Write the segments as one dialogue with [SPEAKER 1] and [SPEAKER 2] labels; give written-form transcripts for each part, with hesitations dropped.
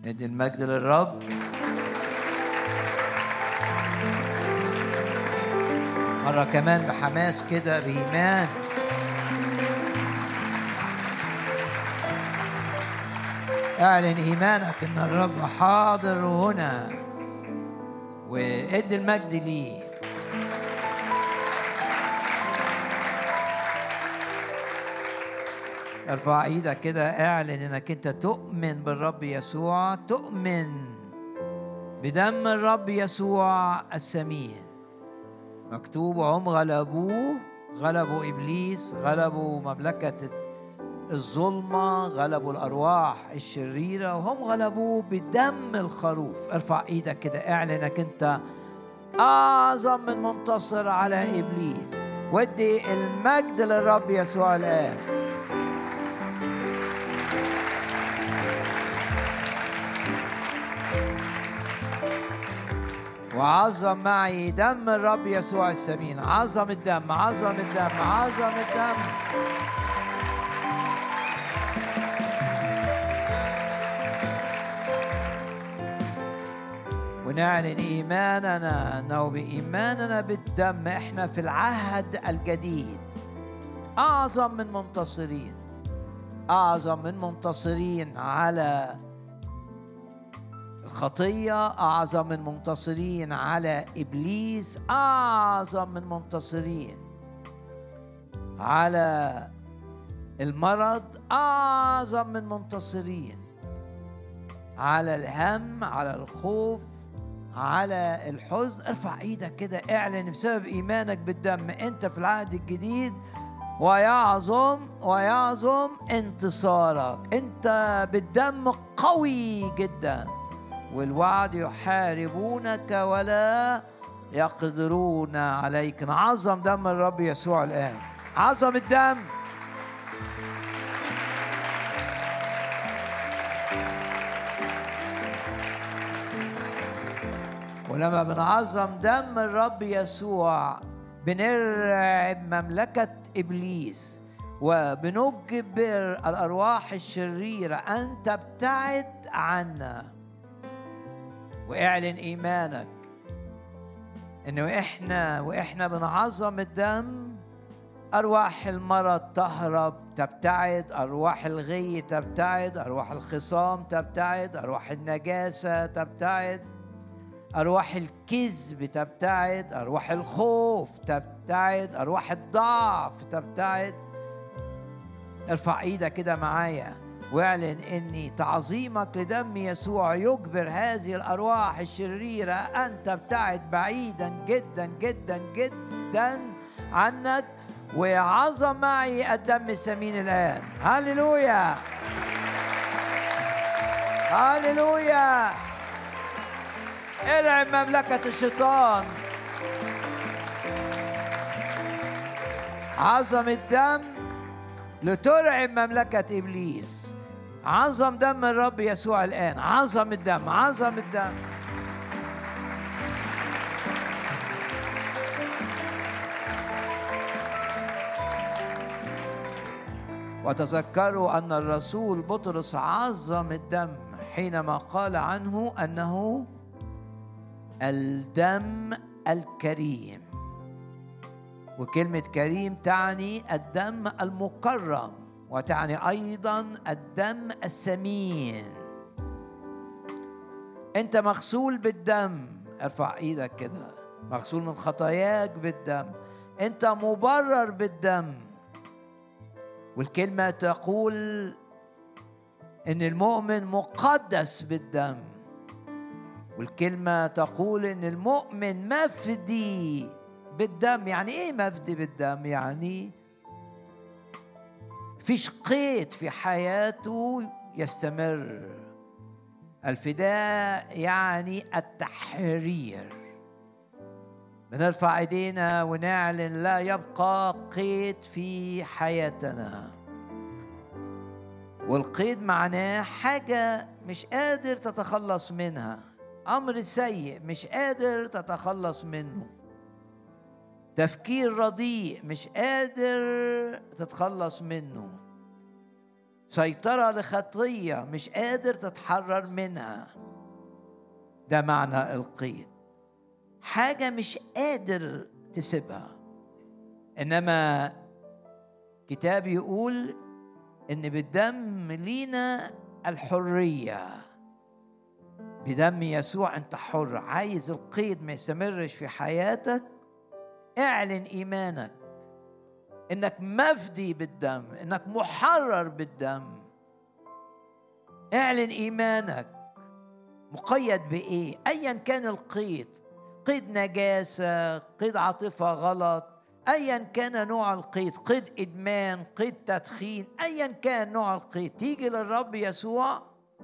[SPEAKER 1] ندي المجد للرب. مرة كمان بحماس كده بإيمان. اعلن إيمانك إن الرب حاضر هنا، وادي المجد ليه. ارفع ايدك كده، اعلن انك انت تؤمن بالرب يسوع، تؤمن بدم الرب يسوع الثمين. مكتوب هم غلبوه، غلبوا إبليس، غلبوا مملكة الظلمة، غلبوا الأرواح الشريرة، وهم غلبوه بدم الخروف. ارفع ايدك كده، اعلن انك انت أعظم من منتصر على إبليس، ودي المجد للرب يسوع الآن. وعظم معي دم الرب يسوع الثمين. عظم الدم، عظم الدم، عظم الدم. ونعلن إيماننا أنه بإيماننا بالدم إحنا في العهد الجديد أعظم من منتصرين، أعظم من منتصرين على الخطية، أعظم من منتصرين على إبليس، أعظم من منتصرين على المرض، أعظم من منتصرين على الهم، على الخوف، على الحزن. ارفع ايدك كده، اعلن بسبب ايمانك بالدم انت في العهد الجديد ويعظم انتصارك. انت بالدم قوي جدا، والوعد يحاربونك ولا يقدرون عليك. نعظم دم الرب يسوع الآن، عظم الدم. ولما بنعظم دم الرب يسوع بنرعب مملكة إبليس، وبنجبر الأرواح الشريرة أن تبتعد عنا. واعلن إيمانك إنه وإحنا بنعظم الدم أرواح المرض تهرب، تبتعد، أرواح الغي تبتعد، أرواح الخصام تبتعد، أرواح النجاسة تبتعد، أرواح الكذب تبتعد، أرواح الخوف تبتعد، أرواح الضعف تبتعد. ارفع ايدك كده معايا واعلن إني تعظيمك لدم يسوع يجبر هذه الأرواح الشريرة أن تبتعد بعيدا جدا جدا جدا عنك. ويعظم معي الدم الثمين الآن. هاليلويا، هاليلويا. ارعب مملكة الشيطان. عظم الدم لترعب مملكة إبليس. عظم دم الرب يسوع الآن، عظم الدم، عظم الدم. وتذكروا أن الرسول بطرس عظم الدم حينما قال عنه أنه الدم الكريم. وكلمة كريم تعني الدم المكرم، وتعني أيضا الدم الثمين. أنت مغسول بالدم. ارفع إيدك كده، مغسول من خطاياك بالدم. أنت مبرر بالدم. والكلمة تقول إن المؤمن مقدس بالدم. والكلمة تقول إن المؤمن مفدي بالدم. يعني إيه مفدي بالدم؟ يعني فيش قيد في حياته يستمر. الفداء يعني التحرير. بنرفع ايدينا ونعلن لا يبقى قيد في حياتنا. والقيد معناه حاجة مش قادر تتخلص منها، أمر سيء مش قادر تتخلص منه، تفكير رديء مش قادر تتخلص منه. سيطرة لخطية مش قادر تتحرر منها. ده معنى القيد، حاجة مش قادر تسيبها. إنما كتاب يقول إن بالدم لينا الحرية، بدم يسوع أنت حر. عايز القيد ما يستمرش في حياتك، اعلن إيمانك إنك مفدي بالدم، إنك محرر بالدم. اعلن إيمانك مقيد بإيه؟ أيا كان القيد، قيد نجاسة، قيد عاطفة غلط، أيا كان نوع القيد، قيد إدمان، قيد تدخين، أيا كان نوع القيد، تيجي للرب يسوع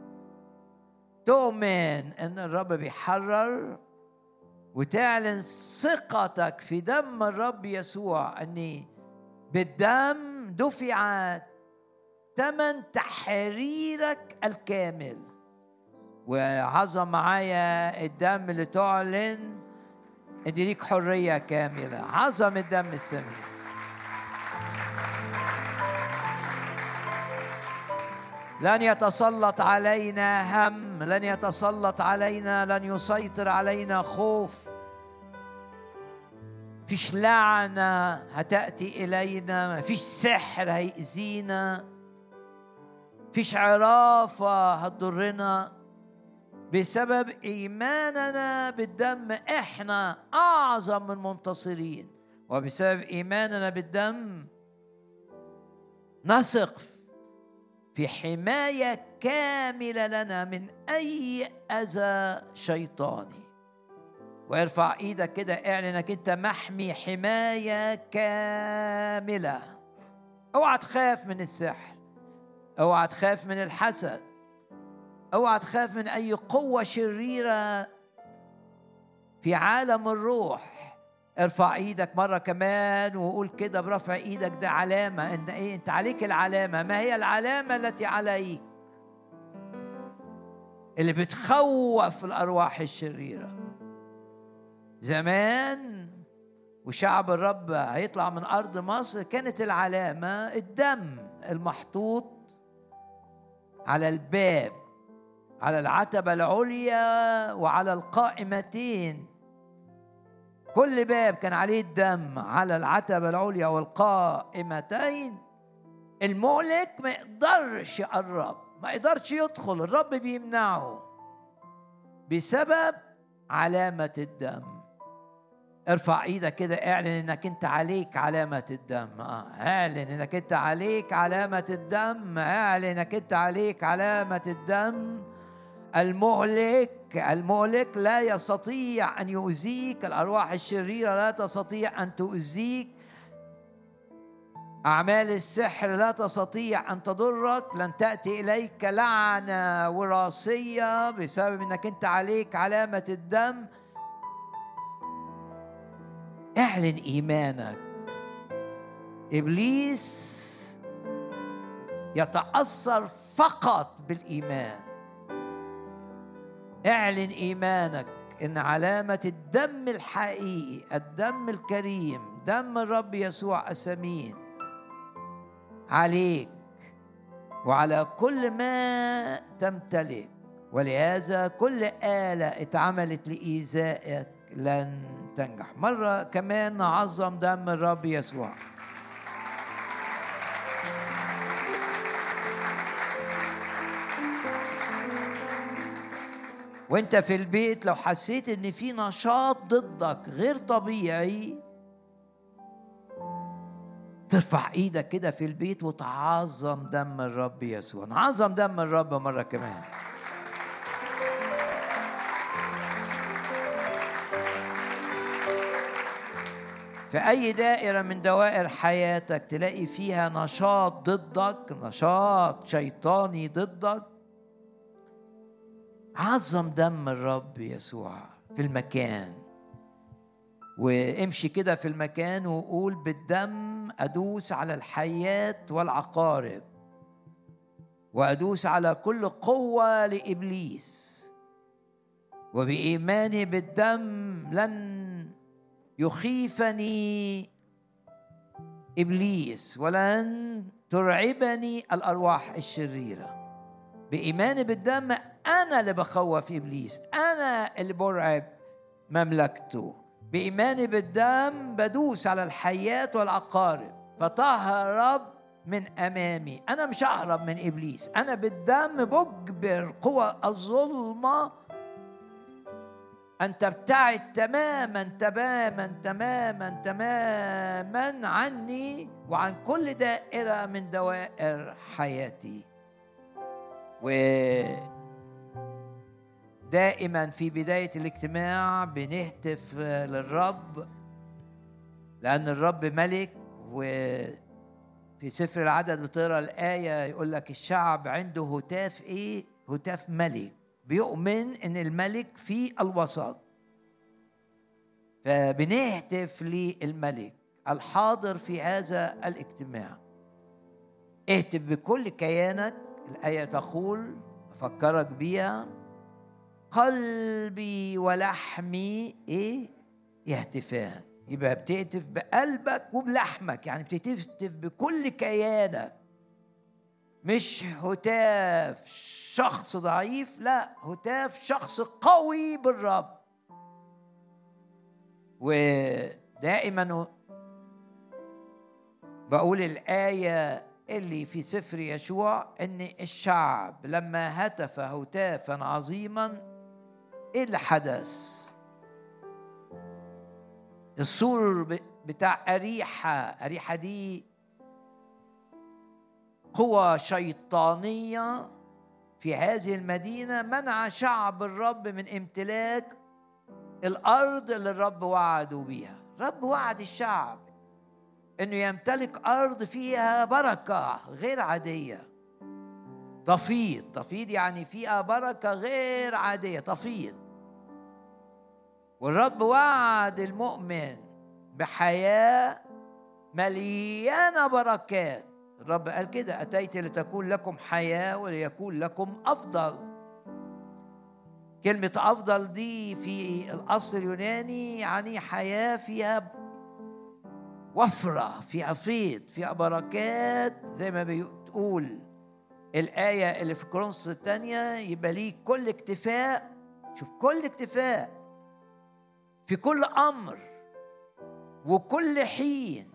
[SPEAKER 1] تؤمن أن الرب بيحرر، وتعلن ثقتك في دم الرب يسوع، أني بالدم دفع ثمن تحريرك الكامل. وعظم معايا الدم اللي تعلن ان ليك حرية كاملة. عظم الدم الثمين. لن يتسلط علينا هم، لن يتسلط علينا، لن يسيطر علينا خوف. فيش لعنة هتأتي إلينا، مفيش سحر هيأذينا، فيش عرافة هتضرنا. بسبب إيماننا بالدم إحنا أعظم من منتصرين، وبسبب إيماننا بالدم نثق في حماية كاملة لنا من أي أذى شيطاني. وارفع إيدك كده، اعلنك أنت محمي حماية كاملة. اوعى تخاف من السحر، اوعى تخاف من الحسد، اوعى تخاف من أي قوة شريرة في عالم الروح. ارفع ايدك مرة كمان وقول كده برفع ايدك، ده علامة ان ايه؟ انت عليك العلامة. ما هي العلامة التي عليك اللي بتخوف الأرواح الشريرة؟ زمان وشعب الرب هيطلع من أرض مصر، كانت العلامة الدم المحطوط على الباب، على العتبة العليا وعلى القائمتين. كل باب كان عليه الدم على العتبة العليا والقائمتين. الملك ما يقدرش يقرب، ما يقدرش يدخل، الرب بيمنعه بسبب علامة الدم. ارفع ايدك كده، اعلن انك انت عليك علامة الدم. اعلن انك انت عليك علامة الدم. اعلن انك انت عليك علامة الدم. المهلك لا يستطيع أن يؤذيك، الأرواح الشريرة لا تستطيع أن تؤذيك، أعمال السحر لا تستطيع أن تضرك، لن تأتي إليك لعنة وراثية بسبب أنك أنت عليك علامة الدم. اعلن إيمانك. إبليس يتأثر فقط بالإيمان. اعلن إيمانك إن علامة الدم الحقيقي، الدم الكريم، دم الرب يسوع الثمين عليك وعلى كل ما تمتلك. ولهذا كل آلة اتعملت لإيذائك لن تنجح. مرة كمان نعظم دم الرب يسوع. وانت في البيت لو حسيت ان في نشاط ضدك غير طبيعي، ترفع ايدك كده في البيت وتعظم دم الرب يسوع. نعظم دم الرب مرة كمان. في أي دائرة من دوائر حياتك تلاقي فيها نشاط ضدك، نشاط شيطاني ضدك، عظم دم الرب يسوع في المكان. وامشي كده في المكان وقول بالدم أدوس على الحيات والعقارب، وأدوس على كل قوة لإبليس، وبإيماني بالدم لن يخيفني إبليس ولن ترعبني الأرواح الشريرة. بإيماني بالدم أنا اللي بخوف إبليس، أنا اللي برعب مملكته. بإيماني بالدم بدوس على الحيات والعقارب فتهرب من أمامي. أنا مش أهرب من إبليس، أنا بالدم بجبر قوى الظلمة أن تبتعد تماما تماما تماما تماما عني وعن كل دائرة من دوائر حياتي. ودائما في بداية الاجتماع بنهتف للرب، لأن الرب ملك. وفي سفر العدد بتقرأ الآية يقول لك الشعب عنده هتاف إيه؟ هتاف ملك، بيؤمن إن الملك في الوسط، فبنهتف للملك الحاضر في هذا الاجتماع. اهتف بكل كيانك. الآية تقول، أفكرك بيها، قلبي ولحمي إيه؟ يهتفان. يبقى بتهتف بقلبك وبلحمك، يعني بتهتف بكل كيانك، مش هتاف شخص ضعيف، لا، هتاف شخص قوي بالرب. ودائما بقول الآية اللي في سفر يشوع إن الشعب لما هتف هتافا عظيما إيه اللي حدث؟ السور بتاع أريحة دي قوة شيطانية في هذه المدينة منع شعب الرب من امتلاك الأرض اللي الرب وعدوا بيها. الرب وعد الشعب إنه يمتلك أرض فيها بركة غير عادية، تفيض يعني فيها بركة غير عادية، تفيض. والرب وعد المؤمن بحياة مليانة بركات. الرب قال كده، أتيت لتكون لكم حياة وليكون لكم أفضل. كلمة أفضل دي في الأصل اليوناني يعني حياة فيها وفرة، فيها فيض، فيها بركات، زي ما بتقول الآية اللي في كورنثوس الثانية، يبقى ليك كل اكتفاء. شوف، كل اكتفاء في كل أمر وكل حين.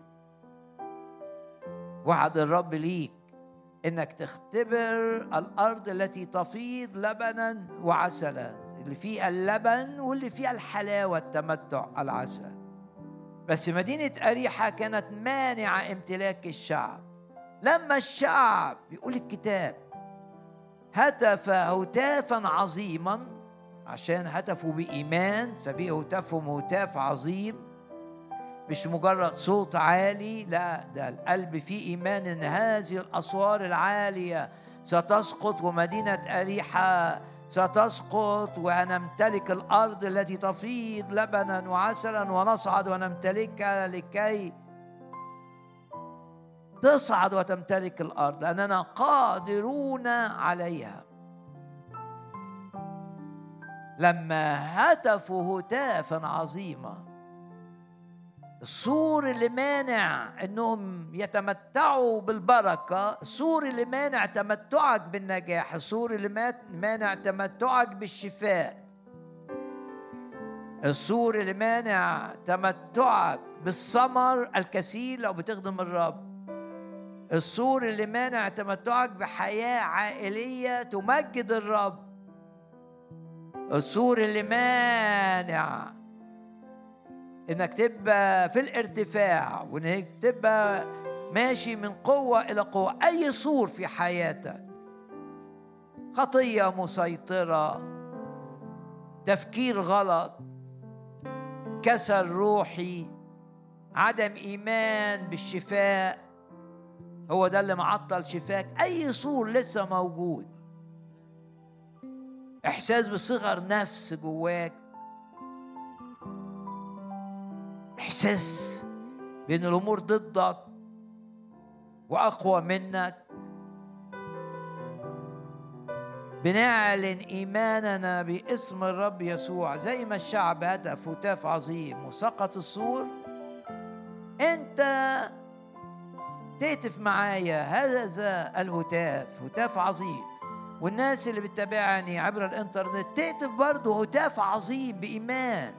[SPEAKER 1] وعد الرب ليك إنك تختبر الأرض التي تفيض لبنا وعسلا، اللي فيها اللبن واللي فيها الحلاوة، التمتع، العسل. بس مدينة أريحة كانت مانعة امتلاك الشعب. لما الشعب، يقول الكتاب، هتف هتافا عظيما، عشان هتفوا بإيمان فبقى هتافهم هتاف عظيم، مش مجرد صوت عالي، لا، ده القلب فيه إيمان إن هذه الأسوار العالية ستسقط ومدينة أريحة ستسقط ونمتلك الأرض التي تفيض لبنا وعسلا، ونصعد ونمتلكها لكي تصعد وتمتلك الأرض لأننا قادرون عليها. لما هتفوا هتافا عظيما، السور اللي مانع انهم يتمتعوا بالبركه، السور اللي مانع تمتعك بالنجاح، السور اللي مانع تمتعك بالشفاء، السور اللي مانع تمتعك بالثمر الكثير لو بتخدم الرب، السور اللي مانع تمتعك بحياه عائليه تمجد الرب، السور اللي مانع انك تبقى في الارتفاع وانك تبقى ماشي من قوة الى قوة. اي سور في حياتك، خطية مسيطرة، تفكير غلط، كسل روحي، عدم ايمان بالشفاء، هو ده اللي معطل شفاك. اي سور لسه موجود، احساس بصغر نفس جواك، إحساس بأن الأمور ضدك وأقوى منك، بنعلن إيماننا باسم الرب يسوع. زي ما الشعب هتف هتاف عظيم وسقط السور، أنت تهتف معايا هذا الهتاف، هتاف عظيم. والناس اللي بتتابعني عبر الانترنت تهتف برضه هتاف عظيم بإيمان،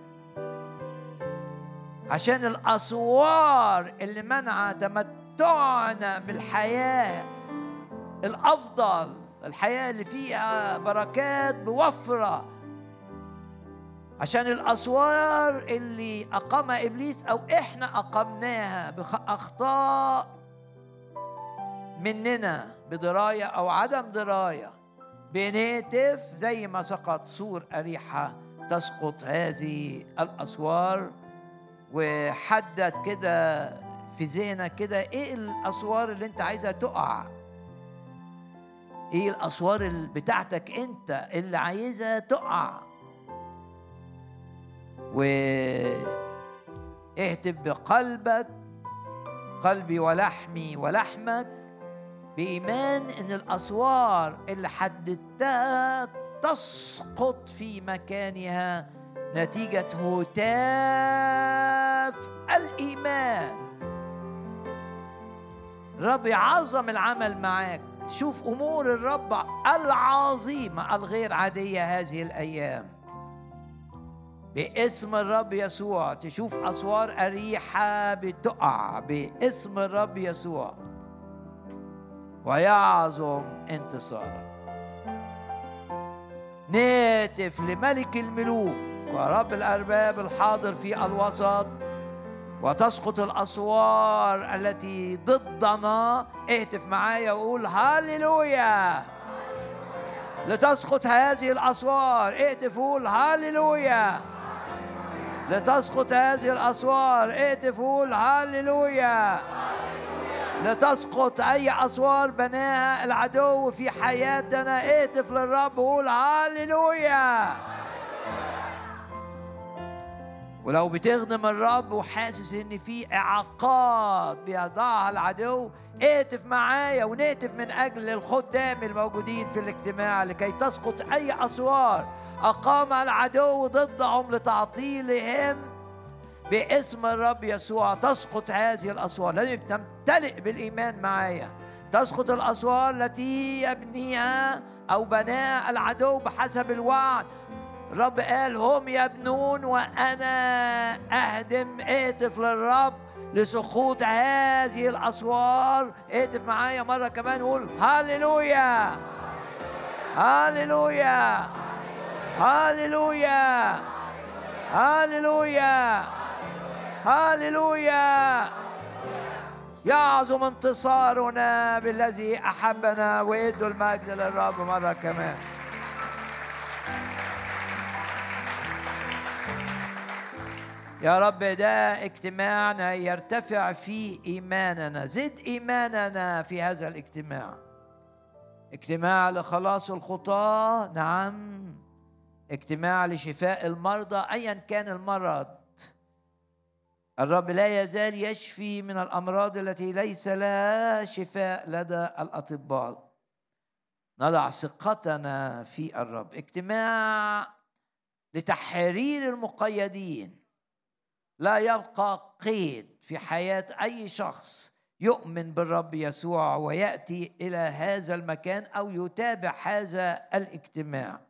[SPEAKER 1] عشان الأسوار اللي منع تمتعنا بالحياة الأفضل، الحياة اللي فيها بركات بوفرة، عشان الأسوار اللي أقامها إبليس أو إحنا أقمناها بأخطاء مننا بدراية أو عدم دراية، بنهتف زي ما سقط سور أريحة تسقط هذه الأسوار. وحدد كده في ذهنك كده إيه الأسوار اللي أنت عايزها تقع، إيه الأسوار بتاعتك أنت اللي عايزها تقع، واهتف بقلبك، قلبي ولحمي ولحمك، بإيمان إن الأسوار اللي حددتها تسقط في مكانها نتيجة هتاف الإيمان. الرب يعظم العمل معاك، تشوف أمور الرب العظيمة الغير عادية هذه الأيام باسم الرب يسوع. تشوف أسوار أريحة بتقع باسم الرب يسوع، ويعظم انتصارك. نهتف لملك الملوك ورب الأرباب الحاضر في الوسط، وتسقط الأسوار التي ضدنا. اهتف معايا وقول هاليلويا. لتسقط هذه الأسوار، اهتف وقول هاليلويا. لتسقط هذه الأسوار، اهتف وقول هاليلويا. لتسقط أي أسوار بناها العدو في حياتنا، اهتف للرب وقول هاليلويا. ولو بتخدم الرب وحاسس ان في اعاقات بيضعها العدو، اهتف معايا ونهتف من اجل الخدام الموجودين في الاجتماع لكي تسقط اي اسوار اقام العدو ضدهم لتعطيلهم باسم الرب يسوع. تسقط هذه الاسوار، لازم تمتلئ بالايمان معايا. تسقط الاسوار التي يبنيها او بناها العدو بحسب الوعد. الرب قال هم يبنون وأنا أهدم. اهتف للرب لسقوط هذه الأسوار. اهتف معايا مرة كمان وقول هاليلويا هاليلويا هاليلويا هاليلويا هاليلويا. يعظم انتصارنا بالذي أحبنا. وادوا المجد للرب مرة كمان. يا رب ده اجتماعنا يرتفع فيه إيماننا، زد إيماننا في هذا الاجتماع. اجتماع لخلاص الخطاة، نعم، اجتماع لشفاء المرضى أيا كان المرض. الرب لا يزال يشفي من الأمراض التي ليس لها شفاء لدى الأطباء. نضع ثقتنا في الرب. اجتماع لتحرير المقيدين. لا يبقى قيد في حياة أي شخص يؤمن بالرب يسوع ويأتي إلى هذا المكان أو يتابع هذا الاجتماع.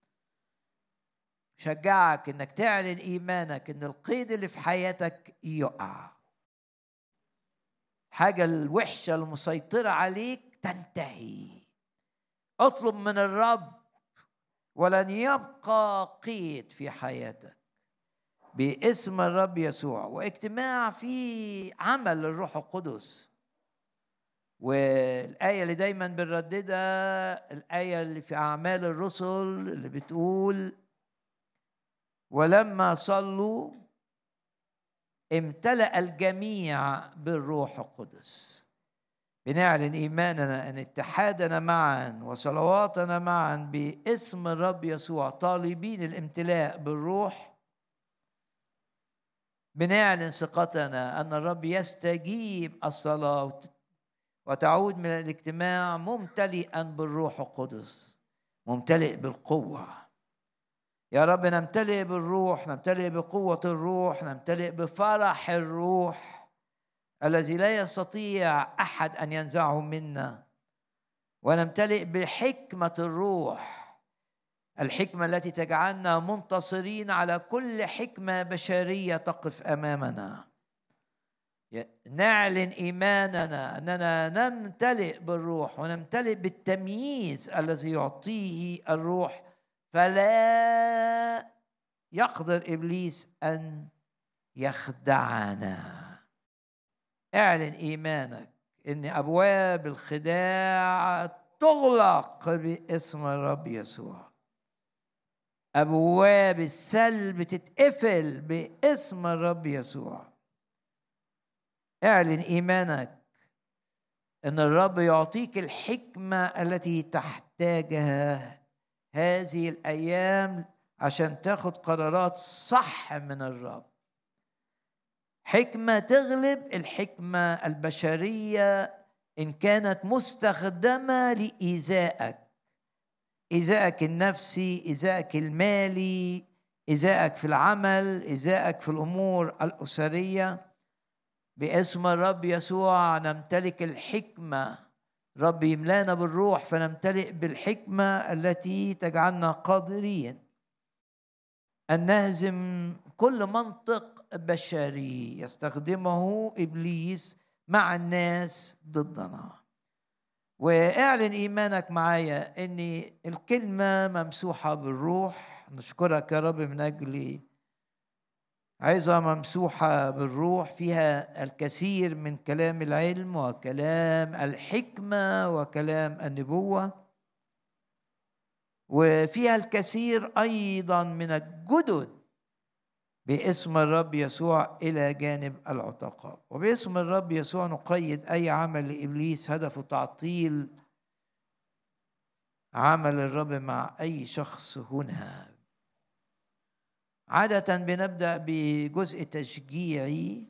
[SPEAKER 1] شجعك إنك تعلن إيمانك إن القيد اللي في حياتك يقع. حاجة الوحشة المسيطرة عليك تنتهي. اطلب من الرب ولن يبقى قيد في حياتك باسم الرب يسوع. واجتماع فيه عمل الروح القدس. والآية اللي دايما بنرددها الآية اللي في أعمال الرسل اللي بتقول ولما صلوا امتلأ الجميع بالروح القدس. بنعلن إيماننا أن اتحادنا معا وصلواتنا معا باسم الرب يسوع طالبين الامتلاء بالروح. بنعلن ثقتنا أن الرب يستجيب الصلاة وتعود من الاجتماع ممتلئا بالروح القدس، ممتلئ بالقوة. يا رب نمتلئ بالروح، نمتلئ بقوة الروح، نمتلئ بفرح الروح الذي لا يستطيع أحد أن ينزعه منا، ونمتلئ بحكمة الروح، الحكمة التي تجعلنا منتصرين على كل حكمة بشرية تقف أمامنا. نعلن إيماننا أننا نمتلئ بالروح ونمتلئ بالتمييز الذي يعطيه الروح، فلا يقدر إبليس أن يخدعنا. اعلن إيمانك إن أبواب الخداع تغلق باسم الرب يسوع، أبواب السلب تتقفل باسم الرب يسوع. اعلن إيمانك أن الرب يعطيك الحكمة التي تحتاجها هذه الأيام عشان تاخد قرارات صح من الرب، حكمة تغلب الحكمة البشرية إن كانت مستخدمة لإيذائك، إيذائك النفسي، إيذائك المالي، إيذائك في العمل، إيذائك في الأمور الأسرية. باسم الرب يسوع نمتلك الحكمة، رب يملانا بالروح فنمتلئ بالحكمة التي تجعلنا قادرين أن نهزم كل منطق بشري يستخدمه إبليس مع الناس ضدنا. واعلن إيمانك معايا أن الكلمة ممسوحة بالروح. نشكرك يا رب من أجل عظة ممسوحة بالروح فيها الكثير من كلام العلم وكلام الحكمة وكلام النبوة، وفيها الكثير أيضا من الجدد باسم الرب يسوع إلى جانب العتقاء. وباسم الرب يسوع نقيد أي عمل لإبليس هدفه تعطيل عمل الرب مع أي شخص هنا. عادة بنبدأ بجزء تشجيعي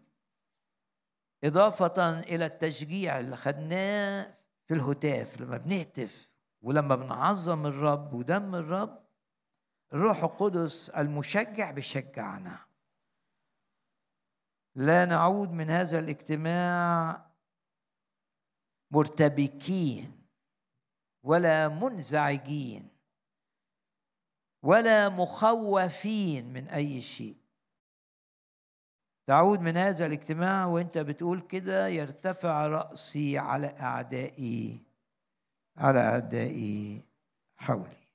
[SPEAKER 1] إضافة إلى التشجيع اللي خدناه في الهتاف لما بنهتف ولما بنعظم الرب ودم الرب، الروح القدس المشجع بيشجعنا. لا نعود من هذا الاجتماع مرتبكين ولا منزعجين ولا مخوفين من أي شيء. تعود من هذا الاجتماع وانت بتقول كده: يرتفع رأسي على أعدائي، على أعدائي حولي،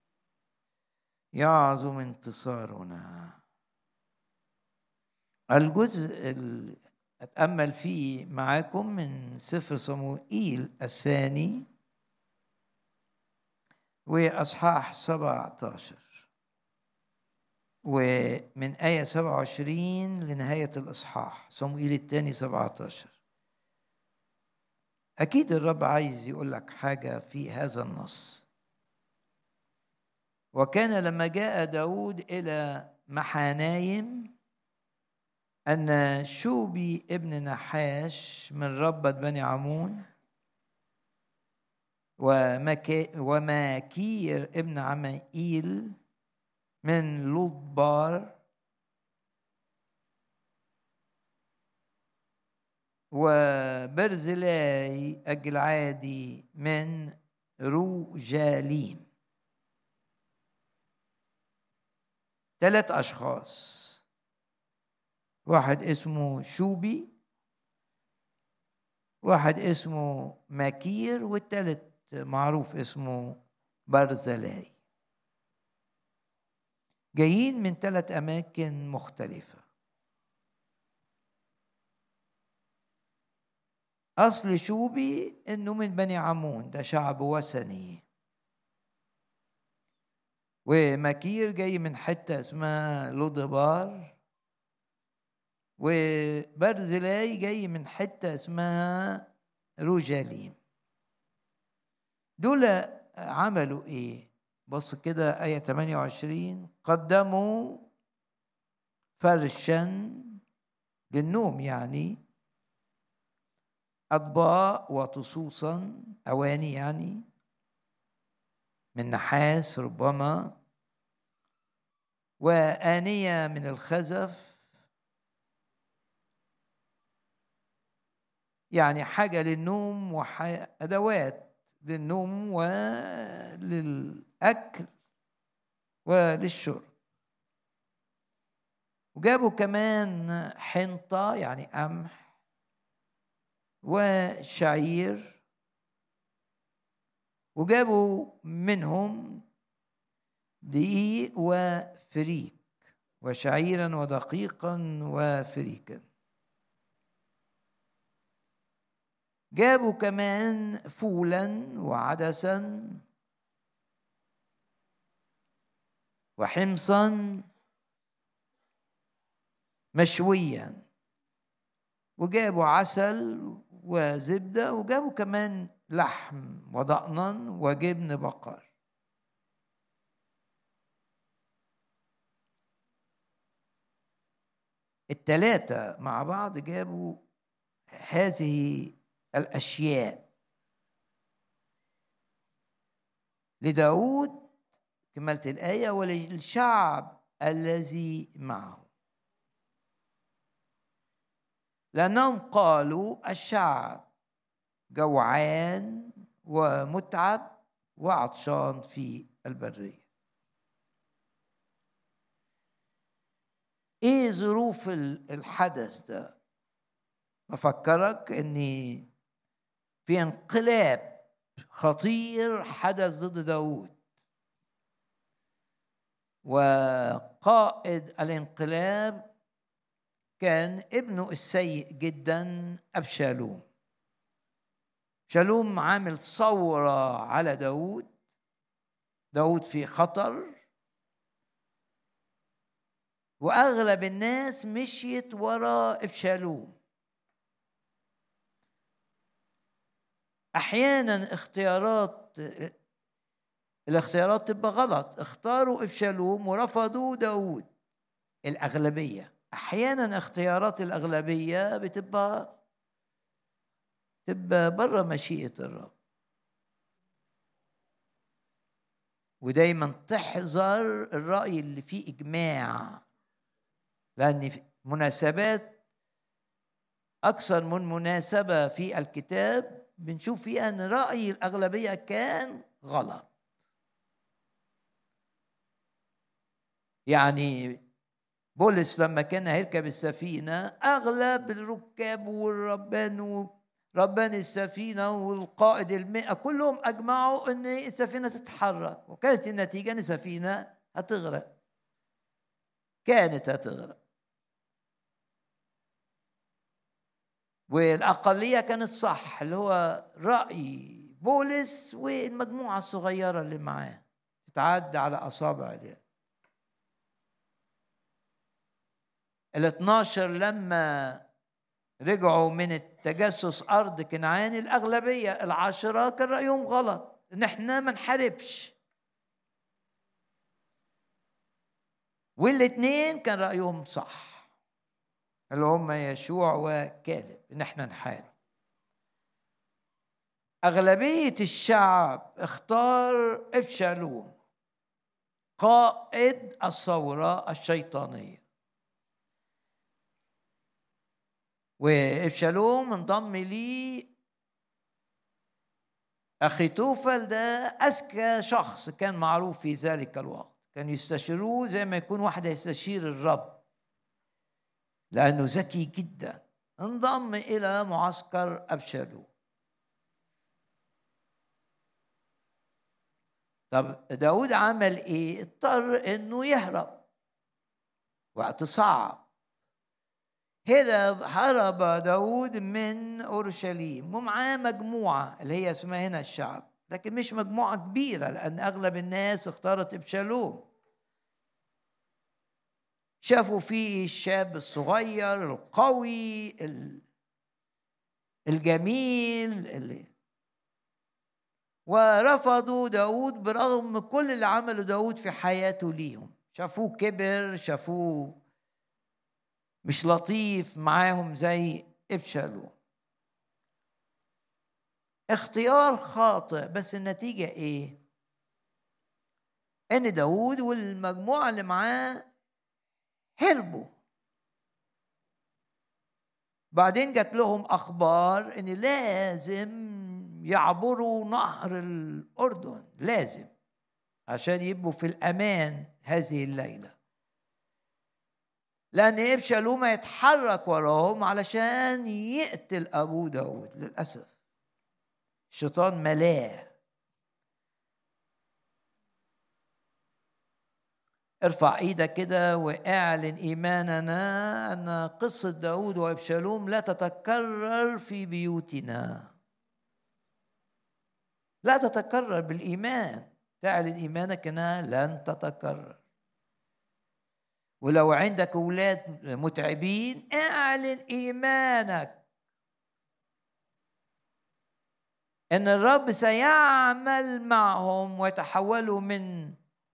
[SPEAKER 1] يعظم انتصارنا. الجزء اللي أتأمل فيه معاكم من سفر صموئيل الثاني وأصحاح 17 ومن آية 27 لنهاية الإصحاح. صموئيل الثاني 17. أكيد الرب عايز يقول لك حاجة في هذا النص. وكان لما جاء داود إلى محانايم أن شوبي ابن نحاش من ربة بني عمون وماكير ابن عمائيل من لوطبار وبرزلاي الجلعادي من روجاليم. 3 أشخاص، واحد اسمه شوبي، واحد اسمه ماكير، والثالث معروف اسمه برزلاي. جايين من 3 أماكن مختلفة. أصل شوبي إنه من بني عمون، ده شعب وثني. وماكير جاي من حتة اسمها لودبار، وبرزلاي جاي من حتة اسمها روجاليم. دول عملوا ايه؟ بص كده آية 28: قدموا فرشا للنوم، يعني أطباق وطصوصا، أواني يعني من نحاس ربما، وآنية من الخزف، يعني حاجة للنوم وأدوات للنوم وللأكل وللشرب. وجابوا كمان حنطة يعني قمح وشعير، وجابوا منهم دقيق وفريك، وشعيرا ودقيقا وفريكا. جابوا كمان فولا وعدسا وحمصا مشويا، وجابوا عسل وزبدة، وجابوا كمان لحم وضأنا وجبن بقر. الثلاثة مع بعض جابوا هذه الأشياء لداود، كملت الآية، وللشعب الذي معه، لأنهم قالوا الشعب جوعان ومتعب وعطشان في البرية. ايه ظروف الحدث ده؟ بفكرك ان في انقلاب خطير حدث ضد داود، وقائد الانقلاب كان ابنه السيء جدا أبشالوم. شالوم عامل ثورة على داود في خطر، وأغلب الناس مشيت وراء أبشالوم. أحيانا الاختيارات تبقى غلط، اختاروا أبشالوم ورفضوا داود. الأغلبية أحيانا اختيارات الأغلبية بتبقى بره مشيئة الرب. ودايما تحذر الرأي اللي فيه إجماع، لأن مناسبات أكثر من مناسبة في الكتاب بنشوف فيها أن رأي الأغلبية كان غلط. يعني بولس لما كان هيركب السفينة، أغلب الركاب ربان السفينة والقائد 100 كلهم أجمعوا أن السفينة تتحرك، وكانت النتيجة أن السفينة كانت هتغرق. والأقلية كانت صح، اللي هو رأي بولس والمجموعة الصغيرة اللي معاه تتعدى على أصابع اليد. 12 لما رجعوا من التجسس أرض كنعان، الأغلبية 10 كان رأيهم غلط، إن احنا ما نحاربش. والاثنين كان رأيهم صح، اللي هم يشوع وكالب، إن احنا نحارب. أغلبية الشعب اختار أبشالوم قائد الثورة الشيطانية، وأبشالوم انضم ليه أخيتوفل. ده أذكى شخص كان معروف في ذلك الوقت، كان يستشيروه زي ما يكون واحد يستشير الرب، لأنه ذكي جدا. انضم إلى معسكر أبشالوم. طب داود عمل إيه؟ اضطر إنه يهرب وقت صعب. هرب داود من أورشليم ومعاه مجموعة اللي هي اسمها هنا الشعب، لكن مش مجموعة كبيرة، لأن أغلب الناس اختارت أبشالوم. شافوا فيه الشاب الصغير القوي الجميل ورفضوا داود برغم كل اللي عمله داود في حياته ليهم. شافوه كبر، شافوه مش لطيف معاهم زي أبشالوم. اختيار خاطئ، بس النتيجة ايه؟ ان داود والمجموعة اللي معاه هربوا، بعدين جات لهم أخبار إن لازم يعبروا نهر الأردن، لازم، عشان يبقوا في الأمان هذه الليلة، لأن أبشالوم يتحرك وراهم علشان يقتل أبو داود. للأسف الشيطان ملاه. ارفع ايدك كده واعلن ايماننا ان قصة داود وابشالوم لا تتكرر في بيوتنا، لا تتكرر. بالايمان تعلن ايمانك انها لن تتكرر. ولو عندك اولاد متعبين اعلن ايمانك ان الرب سيعمل معهم ويتحولوا من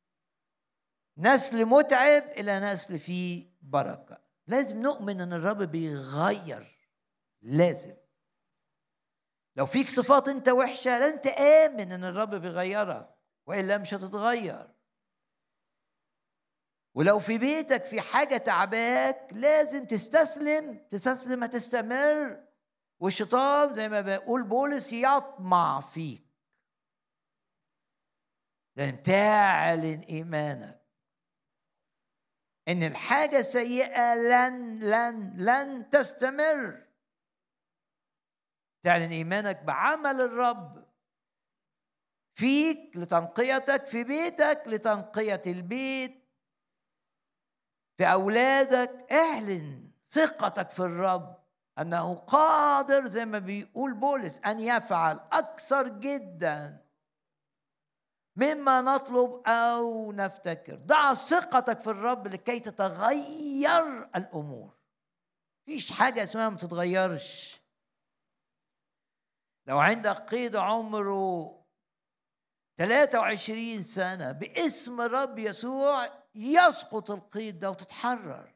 [SPEAKER 1] نسل متعب إلى نسل فيه بركة. لازم نؤمن أن الرب بيغير. لازم لو فيك صفات أنت وحشة لازم تآمن أن الرب بيغيرك، وإلا مش هتتغير. ولو في بيتك في حاجة تعباك لازم تستسلم هتستمر، والشيطان زي ما بيقول بولس يطمع فيك. لازم تعلن إيمانك إن الحاجة السيئة لن تستمر. تعلن إيمانك بعمل الرب فيك لتنقيتك، في بيتك لتنقية البيت، في أولادك. اعلن ثقتك في الرب أنه قادر زي ما بيقول بولس أن يفعل أكثر جدا مما نطلب أو نفتكر. ضع ثقتك في الرب لكي تتغير الأمور. فيش حاجة اسمها ما تتغيرش. لو عندك قيد عمره 23 سنة باسم الرب يسوع يسقط القيد ده وتتحرر.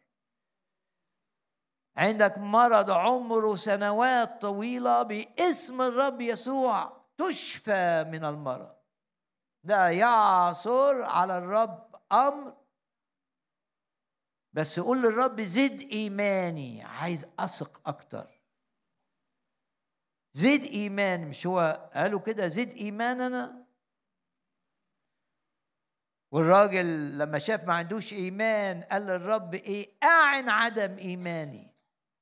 [SPEAKER 1] عندك مرض عمره سنوات طويلة باسم الرب يسوع تشفى من المرض ده. يعثر على الرب أمر، بس قول للرب زد إيماني، عايز أثق أكتر. زد إيمان. مش هو قالوا كده زد إيماننا؟ والراجل لما شاف ما عندوش إيمان قال للرب إيه؟ أعن عدم إيماني.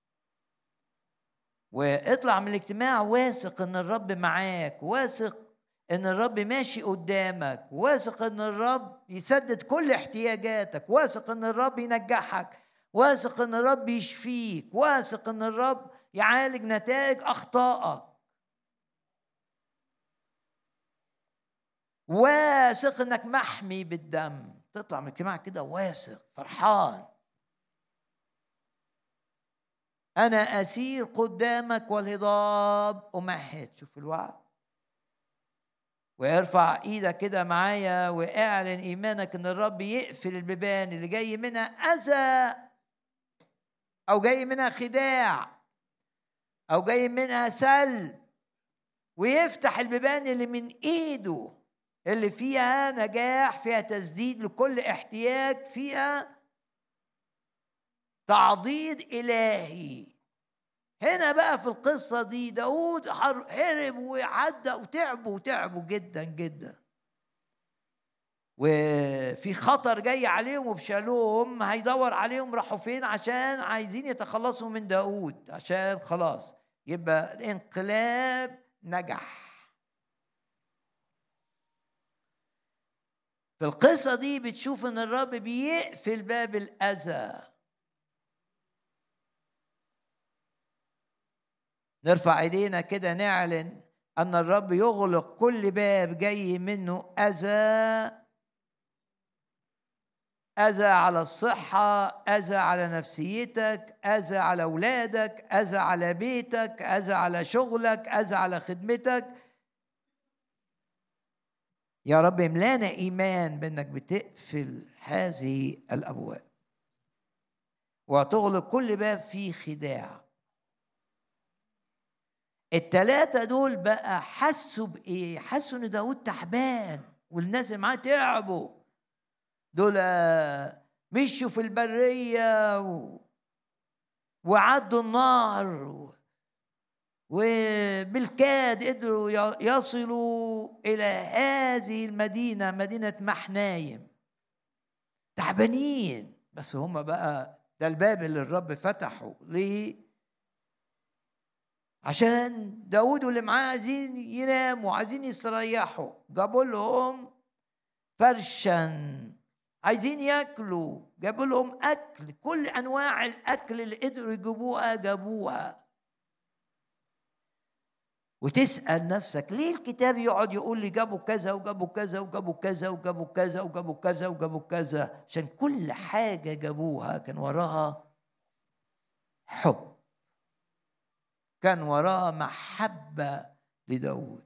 [SPEAKER 1] واطلع من الاجتماع واثق إن الرب معاك، واثق إن الرب ماشي قدامك، واثق إن الرب يسدد كل احتياجاتك، واثق إن الرب ينجحك، واثق إن الرب يشفيك، واثق إن الرب يعالج نتائج أخطائك، واثق إنك محمي بالدم. تطلع من الاجتماع كده واثق فرحان. أنا أسير قدامك والهضاب أمهد. شوف الوعد. وارفع ايدك كده معايا واعلن ايمانك ان الرب يقفل البيبان اللي جاي منها اذى او جاي منها خداع او جاي منها سلب، ويفتح البيبان اللي من ايده اللي فيها نجاح، فيها تسديد لكل احتياج، فيها تعضيد الهي. هنا بقى في القصة دي داود هرب وعدى وتعبوا جدا جدا، وفي خطر جاي عليهم، وابشالوم هيدور عليهم راحوا فين عشان عايزين يتخلصوا من داود، عشان خلاص يبقى الانقلاب نجح. في القصة دي بتشوف ان الرب بيقفل باب الأذى. نرفع ايدينا كده نعلن ان الرب يغلق كل باب جاي منه اذى، اذى على الصحه، اذى على نفسيتك، اذى على اولادك، اذى على بيتك، اذى على شغلك، اذى على خدمتك. يا رب املانا ايمان بانك بتقفل هذه الابواب وتغلق كل باب فيه خداع. الثلاثة دول بقى حسوا بإيه؟ حسوا إن داود تعبان والناس اللي معاه تعبوا. دول مشوا في البرية وعدوا النهر، وبالكاد قدروا يصلوا إلى هذه المدينة، مدينة محنايم، تعبانين. بس هم بقى ده الباب اللي الرب فتحه ليه؟ عشان داود واللي معاه عايزين يناموا، عايزين يستريحوا. جابوا لهم فرشا، عايزين ياكلوا، جابوا لهم اكل، كل انواع الاكل اللي قدروا يجيبوها جابوها. وتسأل نفسك ليه الكتاب يقعد يقول لي جابوا كذا وجابوا كذا وجابوا كذا وجابوا كذا وجابوا كذا وجابوا كذا؟ عشان كل حاجة جابوها كان وراها حب، كان وراها محبة لداود.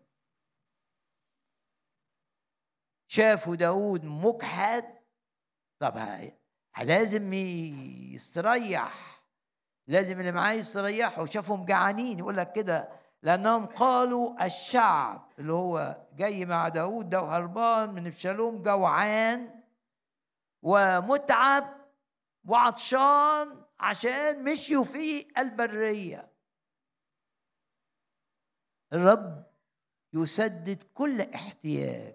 [SPEAKER 1] شافوا داود مجحد، طب لازم يستريح، لازم اللي معاه يستريحوا. شافهم جعانين، يقول لك كده لأنهم قالوا الشعب اللي هو جاي مع داود ده وهربان من أبشالوم جوعان ومتعب وعطشان عشان مشيوا في البرية. الرب يسدد كل احتياج.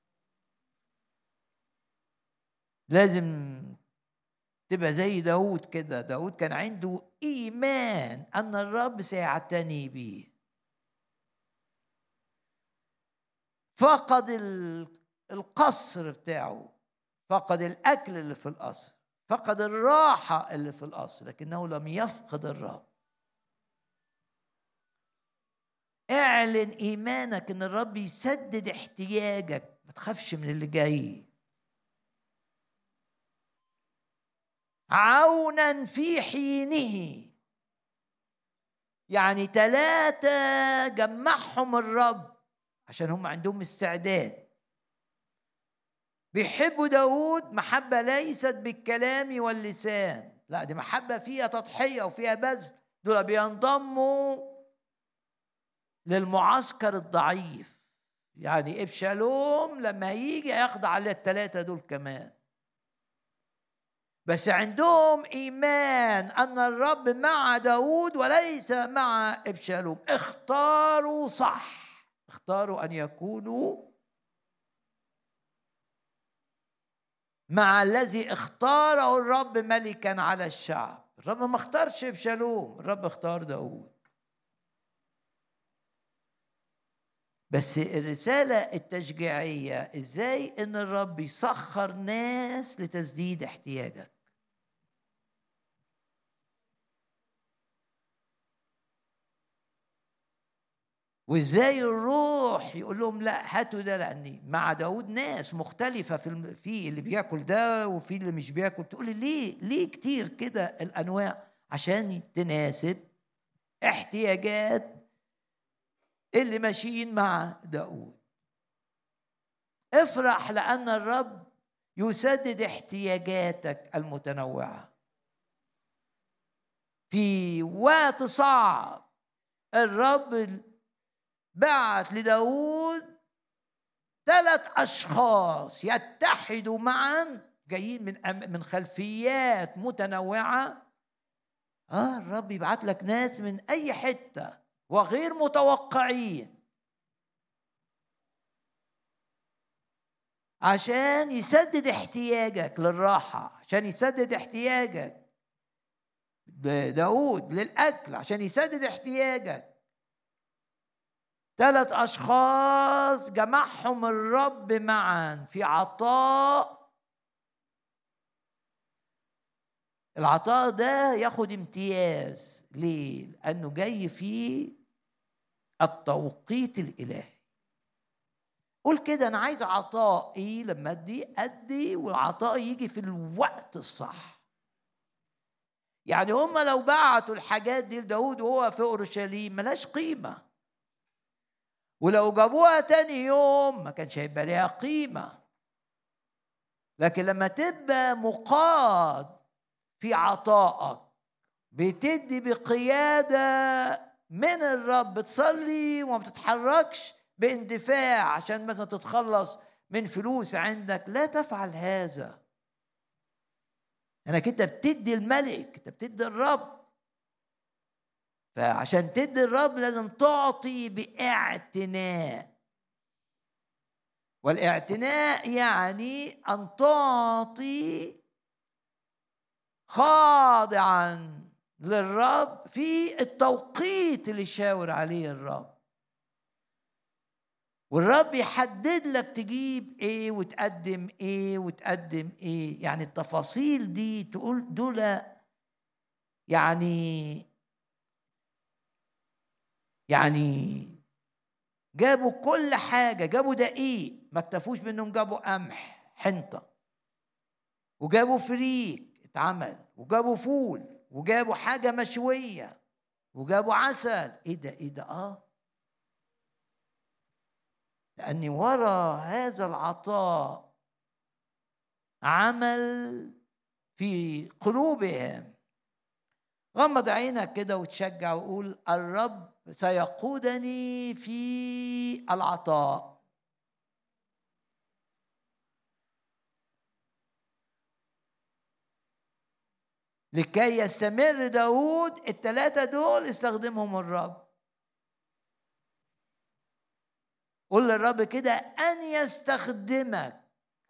[SPEAKER 1] لازم تبقى زي داود كده. داود كان عنده إيمان أن الرب سيعتني به. فقد القصر بتاعه، فقد الأكل اللي في القصر، فقد الراحة اللي في القصر، لكنه لم يفقد الرب. اعلن إيمانك أن الرب يسدد احتياجك، ما تخافش من اللي جاي. عونا في حينه، يعني 3 جمعهم الرب عشان هم عندهم استعداد. بيحبوا داود محبة ليست بالكلام واللسان، لا دي محبة فيها تضحية وفيها بذل. دول بينضموا للمعسكر الضعيف، يعني أبشالوم لما يجي يخضع على ال3 دول كمان، بس عندهم إيمان أن الرب مع داود وليس مع أبشالوم. اختاروا صح، اختاروا أن يكونوا مع الذي اختاره الرب ملكا على الشعب. الرب ما اختارش أبشالوم، الرب اختار داود. بس الرسالة التشجيعية ازاي ان الرب يسخر ناس لتسديد احتياجك. وازاي الروح يقول لهم لا هاتوا ده، لاني مع داود ناس مختلفة في اللي بياكل ده وفي اللي مش بياكل. تقول لي ليه كتير كده الانواع؟ عشان تناسب احتياجات اللي ماشيين مع داود. افرح لأن الرب يسدد احتياجاتك المتنوعة. في وقت صعب الرب بعت لداود 3 أشخاص يتحدوا معا، جايين من خلفيات متنوعة. الرب يبعت لك ناس من أي حتة وغير متوقعين عشان يسدد احتياجك للراحة، عشان يسدد احتياجك داود للأكل، عشان يسدد احتياجك. 3 أشخاص جمعهم الرب معا في عطاء. العطاء ده ياخد امتياز ليه؟ لأنه جاي فيه التوقيت الإلهي. قول كده أنا عايز عطائي لما أدي والعطاء يجي في الوقت الصح. يعني هم لو بعتوا الحاجات دي لداود وهو في أورشليم ملاش قيمة، ولو جابوها تاني يوم ما كانش هيبقى ليها قيمة. لكن لما تبقى مقاد في عطائك، بتدي بقيادة من الرب، بتصلي وما بتتحركش باندفاع عشان مثلا تتخلص من فلوس عندك، لا تفعل هذا. انك انت بتدي الملك، انت بتدي الرب. فعشان تدي الرب لازم تعطي باعتناء، والاعتناء يعني أن تعطي خاضعا للرب في التوقيت اللي يشاور عليه الرب، والرب يحدد لك تجيب ايه وتقدم ايه وتقدم ايه. يعني التفاصيل دي تقول دول يعني جابوا كل حاجة، جابوا دقيق ما اكتفوش منهم، جابوا قمح حنطة، وجابوا فريك اتعمل، وجابوا فول، وجابوا حاجة مشوية، وجابوا عسل. ايه ده لأني ورا هذا العطاء عمل في قلوبهم. غمض عينك كده وتشجع وقول الرب سيقودني في العطاء. لكي يستمر داود، الثلاثة دول استخدمهم الرب. قول للرب كده أن يستخدمك.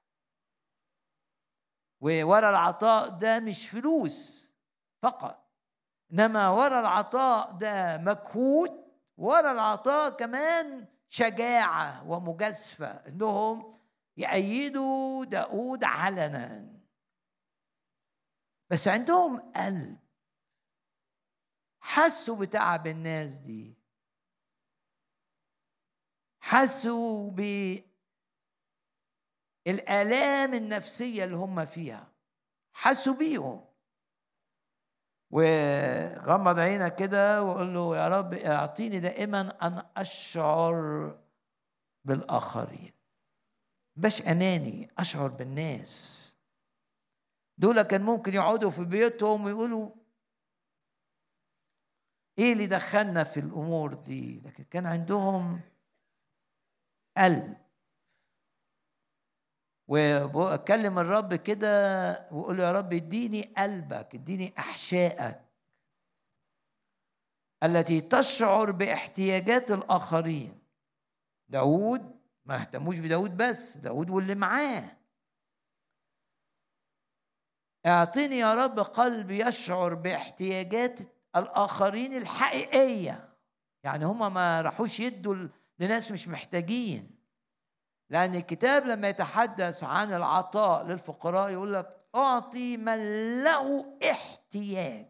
[SPEAKER 1] وورا العطاء ده مش فلوس فقط، إنما ورا العطاء ده مجهود، ورا العطاء كمان شجاعة ومجازفة إنهم يأيدوا داود علنا. بس عندهم قلب، حسوا بتعب الناس دي، حسوا بالآلام النفسية اللي هم فيها، حسوا بيهم. وغمض عينك كده وقول له يا رب اعطيني دائما أن أشعر بالآخرين، باش أناني، أشعر بالناس. دول كان ممكن يقعدوا في بيوتهم ويقولوا إيه اللي دخلنا في الأمور دي، لكن كان عندهم قلب. وأكلم الرب كده وقول له يا رب اديني قلبك، اديني أحشائك التي تشعر باحتياجات الآخرين. داود ما اهتموش بداود بس، داود واللي معاه. اعطيني يا رب قلب يشعر باحتياجات الآخرين الحقيقية. يعني هما ما راحوش يدوا لناس مش محتاجين، لأن الكتاب لما يتحدث عن العطاء للفقراء يقول لك أعطي من له احتياج.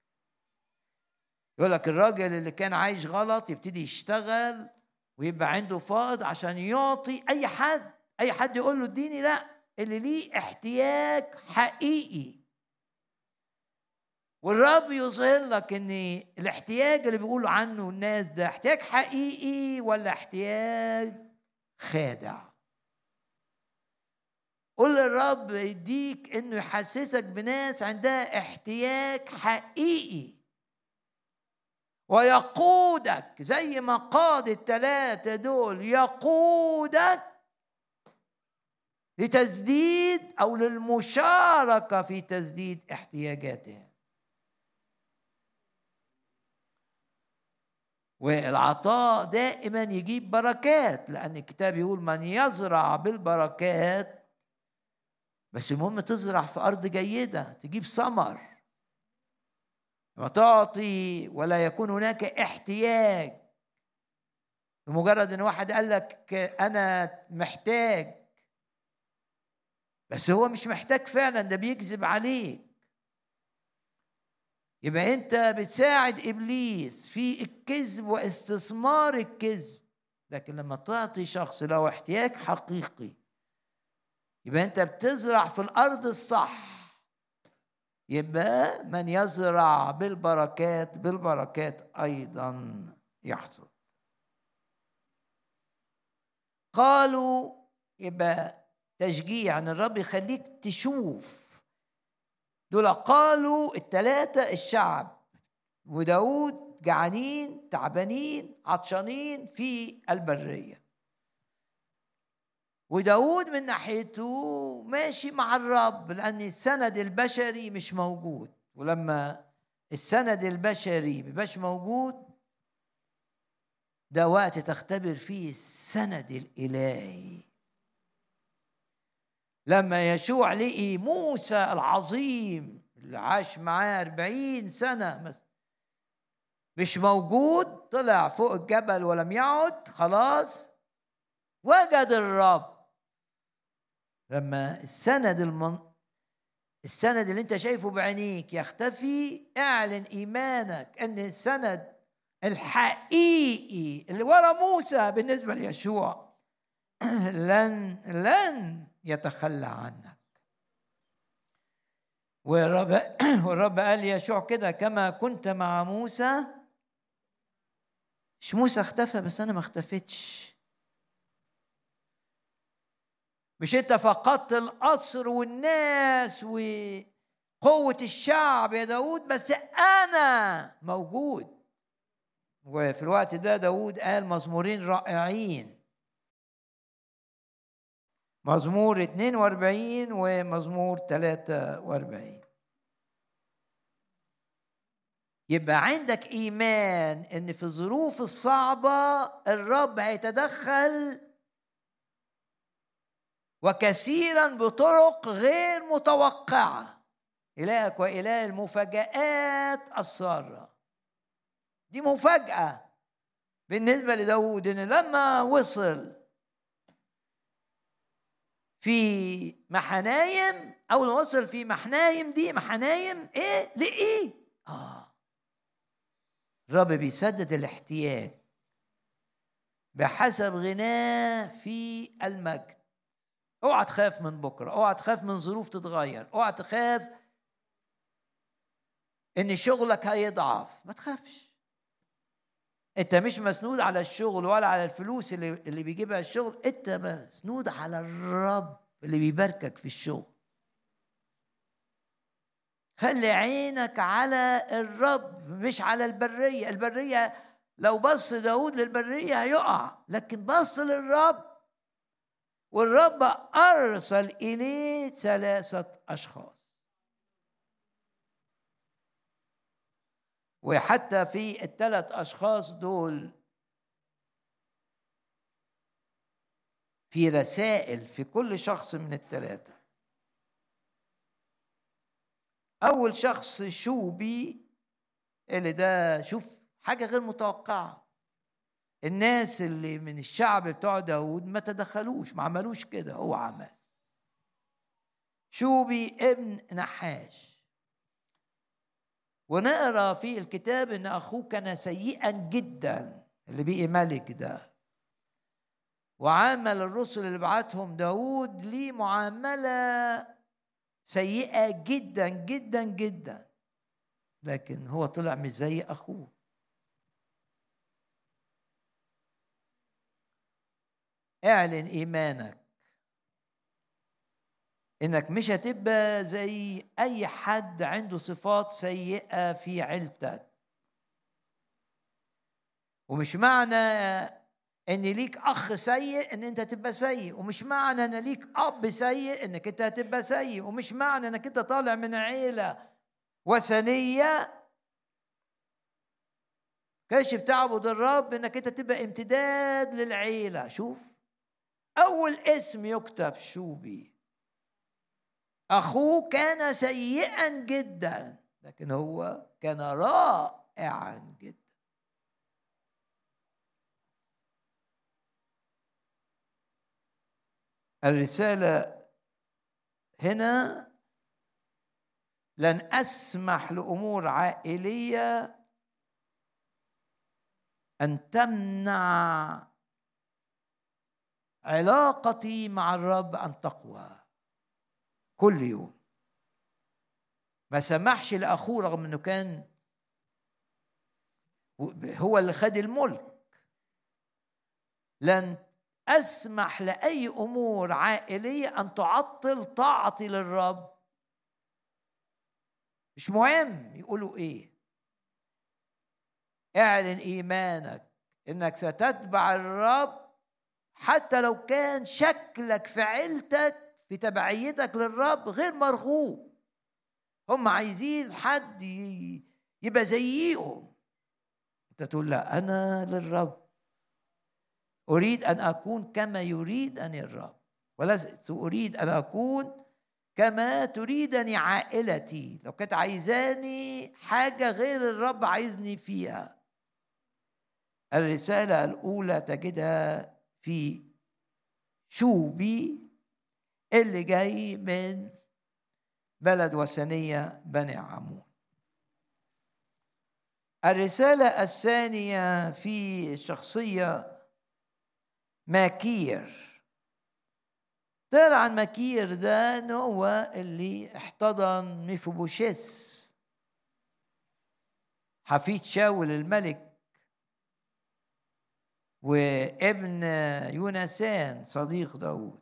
[SPEAKER 1] يقول لك الراجل اللي كان عايش غلط يبتدي يشتغل ويبقى عنده فائض عشان يعطي أي حد يقول له اديني، لا، اللي ليه احتياج حقيقي. والرب يظهر لك ان الاحتياج اللي بيقولوا عنه الناس ده احتياج حقيقي ولا احتياج خادع. قول للرب يديك انه يحسسك بناس عندها احتياج حقيقي، ويقودك زي ما قاد الثلاثة دول، يقودك لتسديد أو للمشاركة في تسديد احتياجاتهم. والعطاء دائما يجيب بركات، لأن الكتاب يقول من يزرع بالبركات، بس المهم تزرع في أرض جيدة تجيب ثمر. وتعطي ولا يكون هناك احتياج، بمجرد ان واحد قال لك انا محتاج بس هو مش محتاج فعلا، ده بيكذب عليك، يبقى انت بتساعد ابليس في الكذب واستثمار الكذب. لكن لما تعطي شخص له احتياج حقيقي، يبقى انت بتزرع في الارض الصح. يبقى من يزرع بالبركات بالبركات ايضا يحصد. قالوا يبقى تشجيع ان الرب يخليك تشوف. دول قالوا الثلاثة الشعب وداود جعانين تعبانين عطشانين في البرية، وداود من ناحيته ماشي مع الرب لأن السند البشري مش موجود. ولما السند البشري مبقاش موجود، ده وقت تختبر فيه السند الإلهي. لما يشوع لقي موسى العظيم اللي عاش معاه 40 سنة مش موجود، طلع فوق الجبل ولم يعد، خلاص وجد الرب. لما السند اللي انت شايفه بعينيك يختفي، اعلن ايمانك ان السند الحقيقي اللي ورا موسى بالنسبة ليشوع لن يتخلى عنك. والرب قال يشوع كده: كما كنت مع موسى. مش موسى اختفى بس انا ما اختفتش. مش انت فقدت القصر والناس وقوة الشعب يا داود، بس انا موجود. وفي الوقت ده داود قال مزمورين رائعين، مزمور 42 ومزمور 43. يبقى عندك إيمان إن في الظروف الصعبة الرب هيتدخل، وكثيرا بطرق غير متوقعة. إلهك وإله المفاجآت السارة. دي مفاجأة بالنسبة لداود، إن لما وصل في محنايم، أول ما وصل في محنايم، دي محنايم إيه؟ لإيه؟ الرب بيسدد الاحتياج بحسب غناه في المجد. اوعى تخاف من بكره، اوعى تخاف من ظروف تتغير، اوعى تخاف ان شغلك هيضعف. ما تخافش، انت مش مسنود على الشغل ولا على الفلوس اللي بيجيبها الشغل، انت مسنود على الرب اللي بيباركك في الشغل. خلي عينك على الرب مش على البرية. البرية لو بص داود للبرية هيقع، لكن بص للرب، والرب أرسل إليه 3 أشخاص. وحتى في ال3 أشخاص دول في رسائل في كل شخص من ال3. أول شخص شوبي، اللي ده شوف حاجة غير متوقعة. الناس اللي من الشعب بتوع داود ما تدخلوش، ما عملوش كده، هو عمل. شوبي ابن نحاش، ونقرأ في الكتاب إن أخوه كان سيئا جدا، اللي بقي ملك ده، وعامل الرسل اللي بعتهم داود ليه معاملة سيئة جدا جدا جدا، لكن هو طلع مش زي أخوه. اعلن إيمانك إنك مش هتبقى زي أي حد عنده صفات سيئة في عيلتك. ومش معنى ان ليك اخ سيء ان انت تبقى سيء، ومش معنى ان ليك اب سيء انك انت هتبقى سيء، ومش معنى انك انت طالع من عيله وثنيه كاش بتعبد الرب انك انت تبقى امتداد للعيله. شوف، اول اسم يكتب شوبي. اخوه كان سيئا جدا لكن هو كان رائعا جدا. الرسالة هنا: لن أسمح لأمور عائلية أن تمنع علاقتي مع الرب أن تقوى. كل يوم ما سمحش لأخوه رغم أنه كان هو اللي خد الملك. لن أسمح لأي أمور عائلية أن تعطل طاعتي للرب. مش مهم يقولوا إيه، اعلن إيمانك إنك ستتبع الرب حتى لو كان شكلك في عيلتك في تبعيتك للرب غير مرغوب. هم عايزين حد يبقى زيهم. انت تقول لا، انا للرب اريد ان اكون كما يريد ان الرب، ولست اريد ان اكون كما تريدني عائلتي. لو كانت عايزاني حاجه غير الرب عايزني فيها. الرساله الاولى تجدها في شوبي اللي جاي من بلد وثنيه بني عمون. الرسالة الثانية في شخصية ماكير. ترى عن ماكير ده إنه هو اللي احتضن ميفوبوشيس حفيد شاول الملك وابن يونسان صديق داود،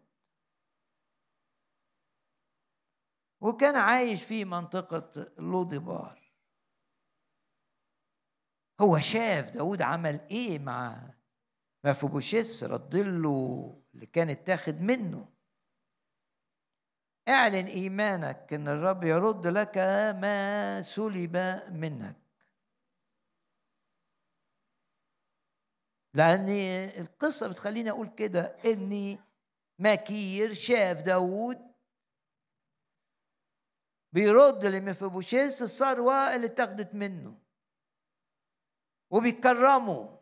[SPEAKER 1] وكان عايش في منطقة لودبار. هو شاف داود عمل ايه مع مفيبوشيس، ردله اللي كان اتاخد منه. اعلن ايمانك ان الرب يرد لك ما سلب منك، لان القصه بتخليني اقول كده ان ماكير شاف داود بيرد لمفيبوشيس الثروه اللي اتاخدت منه وبيكرمه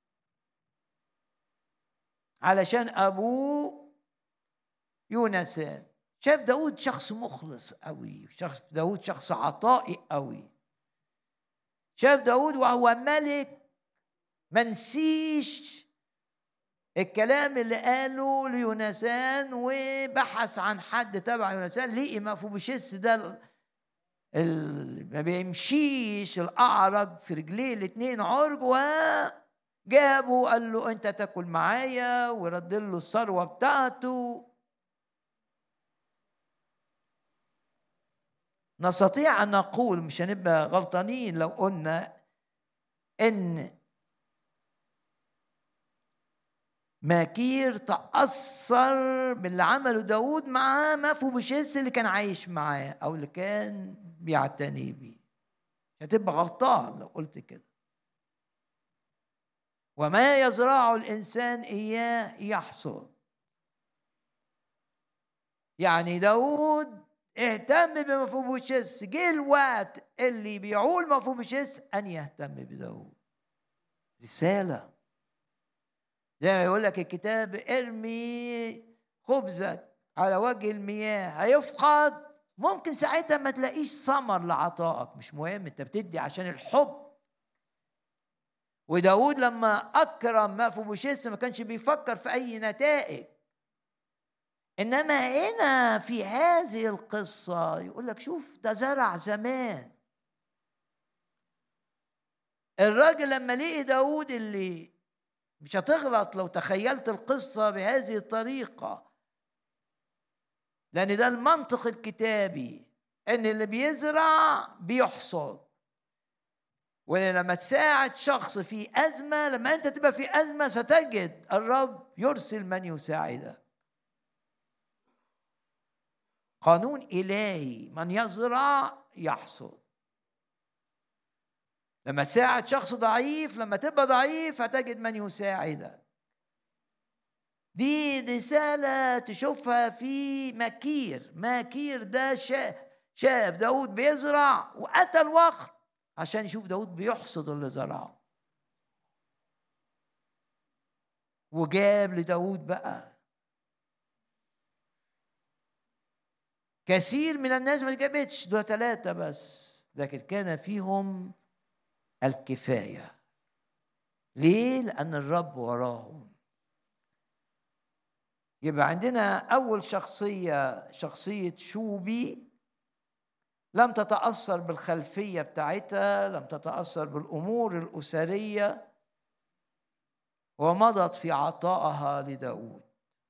[SPEAKER 1] علشان ابوه يونسان. شاف داود شخص مخلص قوي، شاف داود شخص عطائي قوي، شاف داود وهو ملك منسيش الكلام اللي قاله ليونسان، وبحث عن حد تبع يونسان لقي مفيبوشيس ده اللي ما بيمشيش الأعرج في رجليه الاتنين عرج، وجابه قال له انت تاكل معايا ورد له الثروه بتاعته. نستطيع ان نقول، مش هنبقى غلطانين لو قلنا ان ماكير تأثر باللي عمله داود مع مفيبوشيس اللي كان عايش معاه او اللي كان بيعتني بيه. مش هتبقى غلطان لو قلت كده. وما يزرعه الانسان اياه يحصد. يعني داود اهتم بمفيبوشيس، جه الوقت اللي بيعول مفيبوشيس ان يهتم بداود. رساله زي ما يقول لك الكتاب، ارمي خبزك على وجه المياه هيفقد. ممكن ساعتها ما تلاقيش ثمر لعطائك، مش مهم، انت بتدي عشان الحب. وداود لما اكرم مفيبوشيس ما كانش بيفكر في اي نتائج، انما هنا في هذه القصه يقول لك شوف ده زرع زمان. الراجل لما لقي داود، اللي مش هتغلط لو تخيلت القصه بهذه الطريقه، لأن ده المنطق الكتابي، إن اللي بيزرع بيحصد. ولما تساعد شخص في أزمة، لما أنت تبقى في أزمة ستجد الرب يرسل من يساعدك. قانون إلهي، من يزرع يحصد. لما تساعد شخص ضعيف، لما تبقى ضعيف هتجد من يساعدك. دي رسالة تشوفها في ماكير. ماكير ده شاف داود بيزرع وأتى الوقت عشان يشوف داود بيحصد اللي زرعه، وجاب لداود بقى. كثير من الناس ما جابتش، دول 3 بس، لكن كان فيهم الكفاية. ليه؟ لأن الرب وراهم. يبقى عندنا أول شخصية شوبي، لم تتأثر بالخلفية بتاعتها، لم تتأثر بالأمور الأسرية، ومضت في عطائها لداود.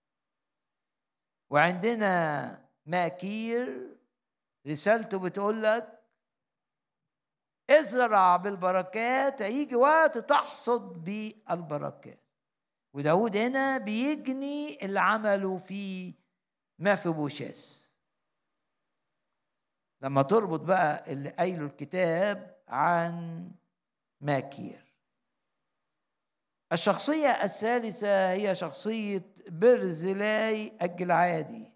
[SPEAKER 1] وعندنا ماكير رسالته بتقول لك ازرع بالبركات هيجي وقت تحصد بالبركات. وداود هنا بيجني اللي عمله في مفيبوشيس. لما تربط بقى اللي قايله الكتاب عن ماكير. الشخصية الثالثة هي شخصية برزلاي الجلعادي،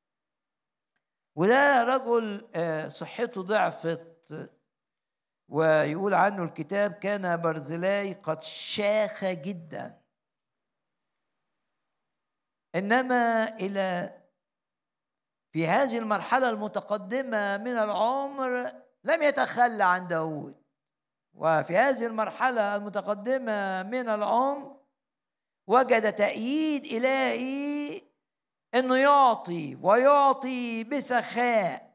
[SPEAKER 1] وده رجل صحته ضعفت، ويقول عنه الكتاب كان برزلاي قد شاخ جدا، إنما في هذه المرحلة المتقدمة من العمر لم يتخلى عن داود. وفي هذه المرحلة المتقدمة من العمر وجد تأييد إلهي إنه يعطي ويعطي بسخاء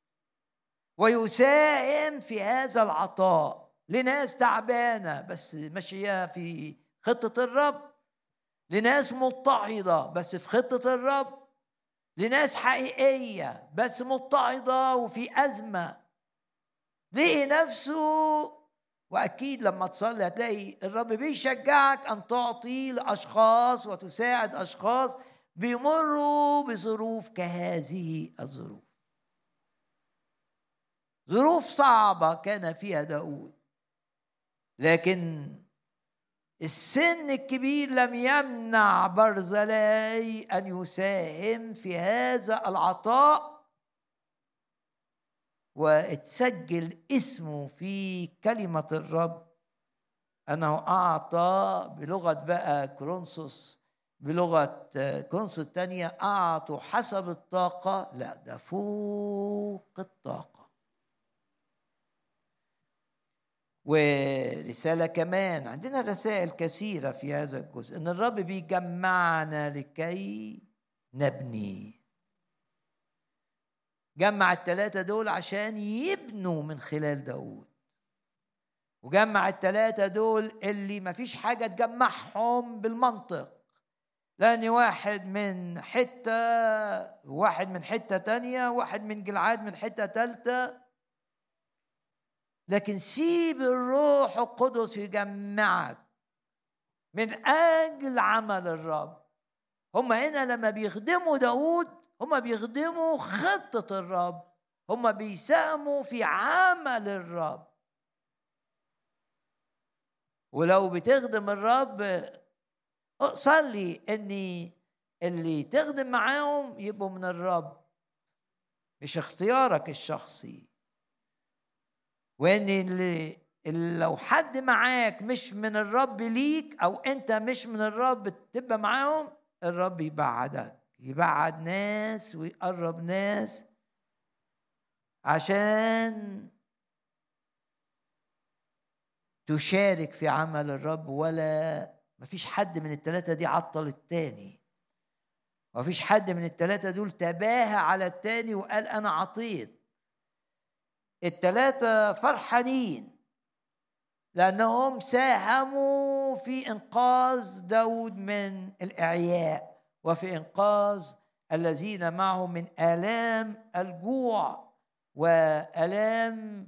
[SPEAKER 1] ويساهم في هذا العطاء لناس تعبانة بس ماشية في خطة الرب، لناس مضطهدة بس في خطة الرب، لناس حقيقية بس مضطهدة وفي أزمة. لقي نفسه، وأكيد لما تصلي هتلاقي الرب بيشجعك أن تعطي لأشخاص وتساعد أشخاص بيمروا بظروف كهذه الظروف. ظروف صعبة كان فيها داود، لكن السن الكبير لم يمنع برزلاي أن يساهم في هذا العطاء، واتسجل اسمه في كلمة الرب أنه أعطى بلغة بقى كورنثوس، بلغة كورنثوس الثانية أعطوا حسب الطاقة، لا ده فوق الطاقة. ورسالة كمان، عندنا رسائل كثيرة في هذا الجزء، أن الرب بيجمعنا لكي نبني. جمع الثلاثة دول عشان يبنوا من خلال داود، وجمع الثلاثة دول اللي ما فيش حاجة تجمعهم بالمنطق، لأن واحد من حتة، واحد من حتة تانية، واحد من جلعاد من حتة تالتة، لكن سيب الروح القدس يجمعك من أجل عمل الرب. هم هنا لما بيخدموا داود هم بيخدموا خطة الرب، هم بيساهموا في عمل الرب. ولو بتخدم الرب صلي ان اللي تخدم معاهم يبقوا من الرب، مش اختيارك الشخصي. وان اللي لو حد معاك مش من الرب ليك، او انت مش من الرب تبقى معاهم، الرب يبعدك، يبعد ناس ويقرب ناس عشان تشارك في عمل الرب. ولا مفيش حد من الثلاثة دي عطل التاني، مفيش حد من الثلاثة دول تباهى على التاني وقال أنا عطيت. الثلاثة فرحانين لأنهم ساهموا في إنقاذ داود من الإعياء، وفي إنقاذ الذين معه من آلام الجوع وآلام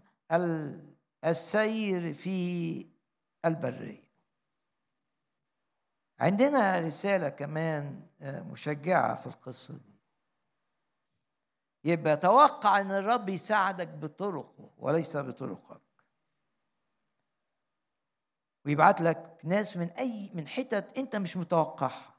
[SPEAKER 1] السير في البرية. عندنا رسالة كمان مشجعة في القصة دي. يبقى توقع أن الرب يساعدك بطرقه وليس بطرقك، ويبعت لك ناس من حتت أنت مش متوقعها،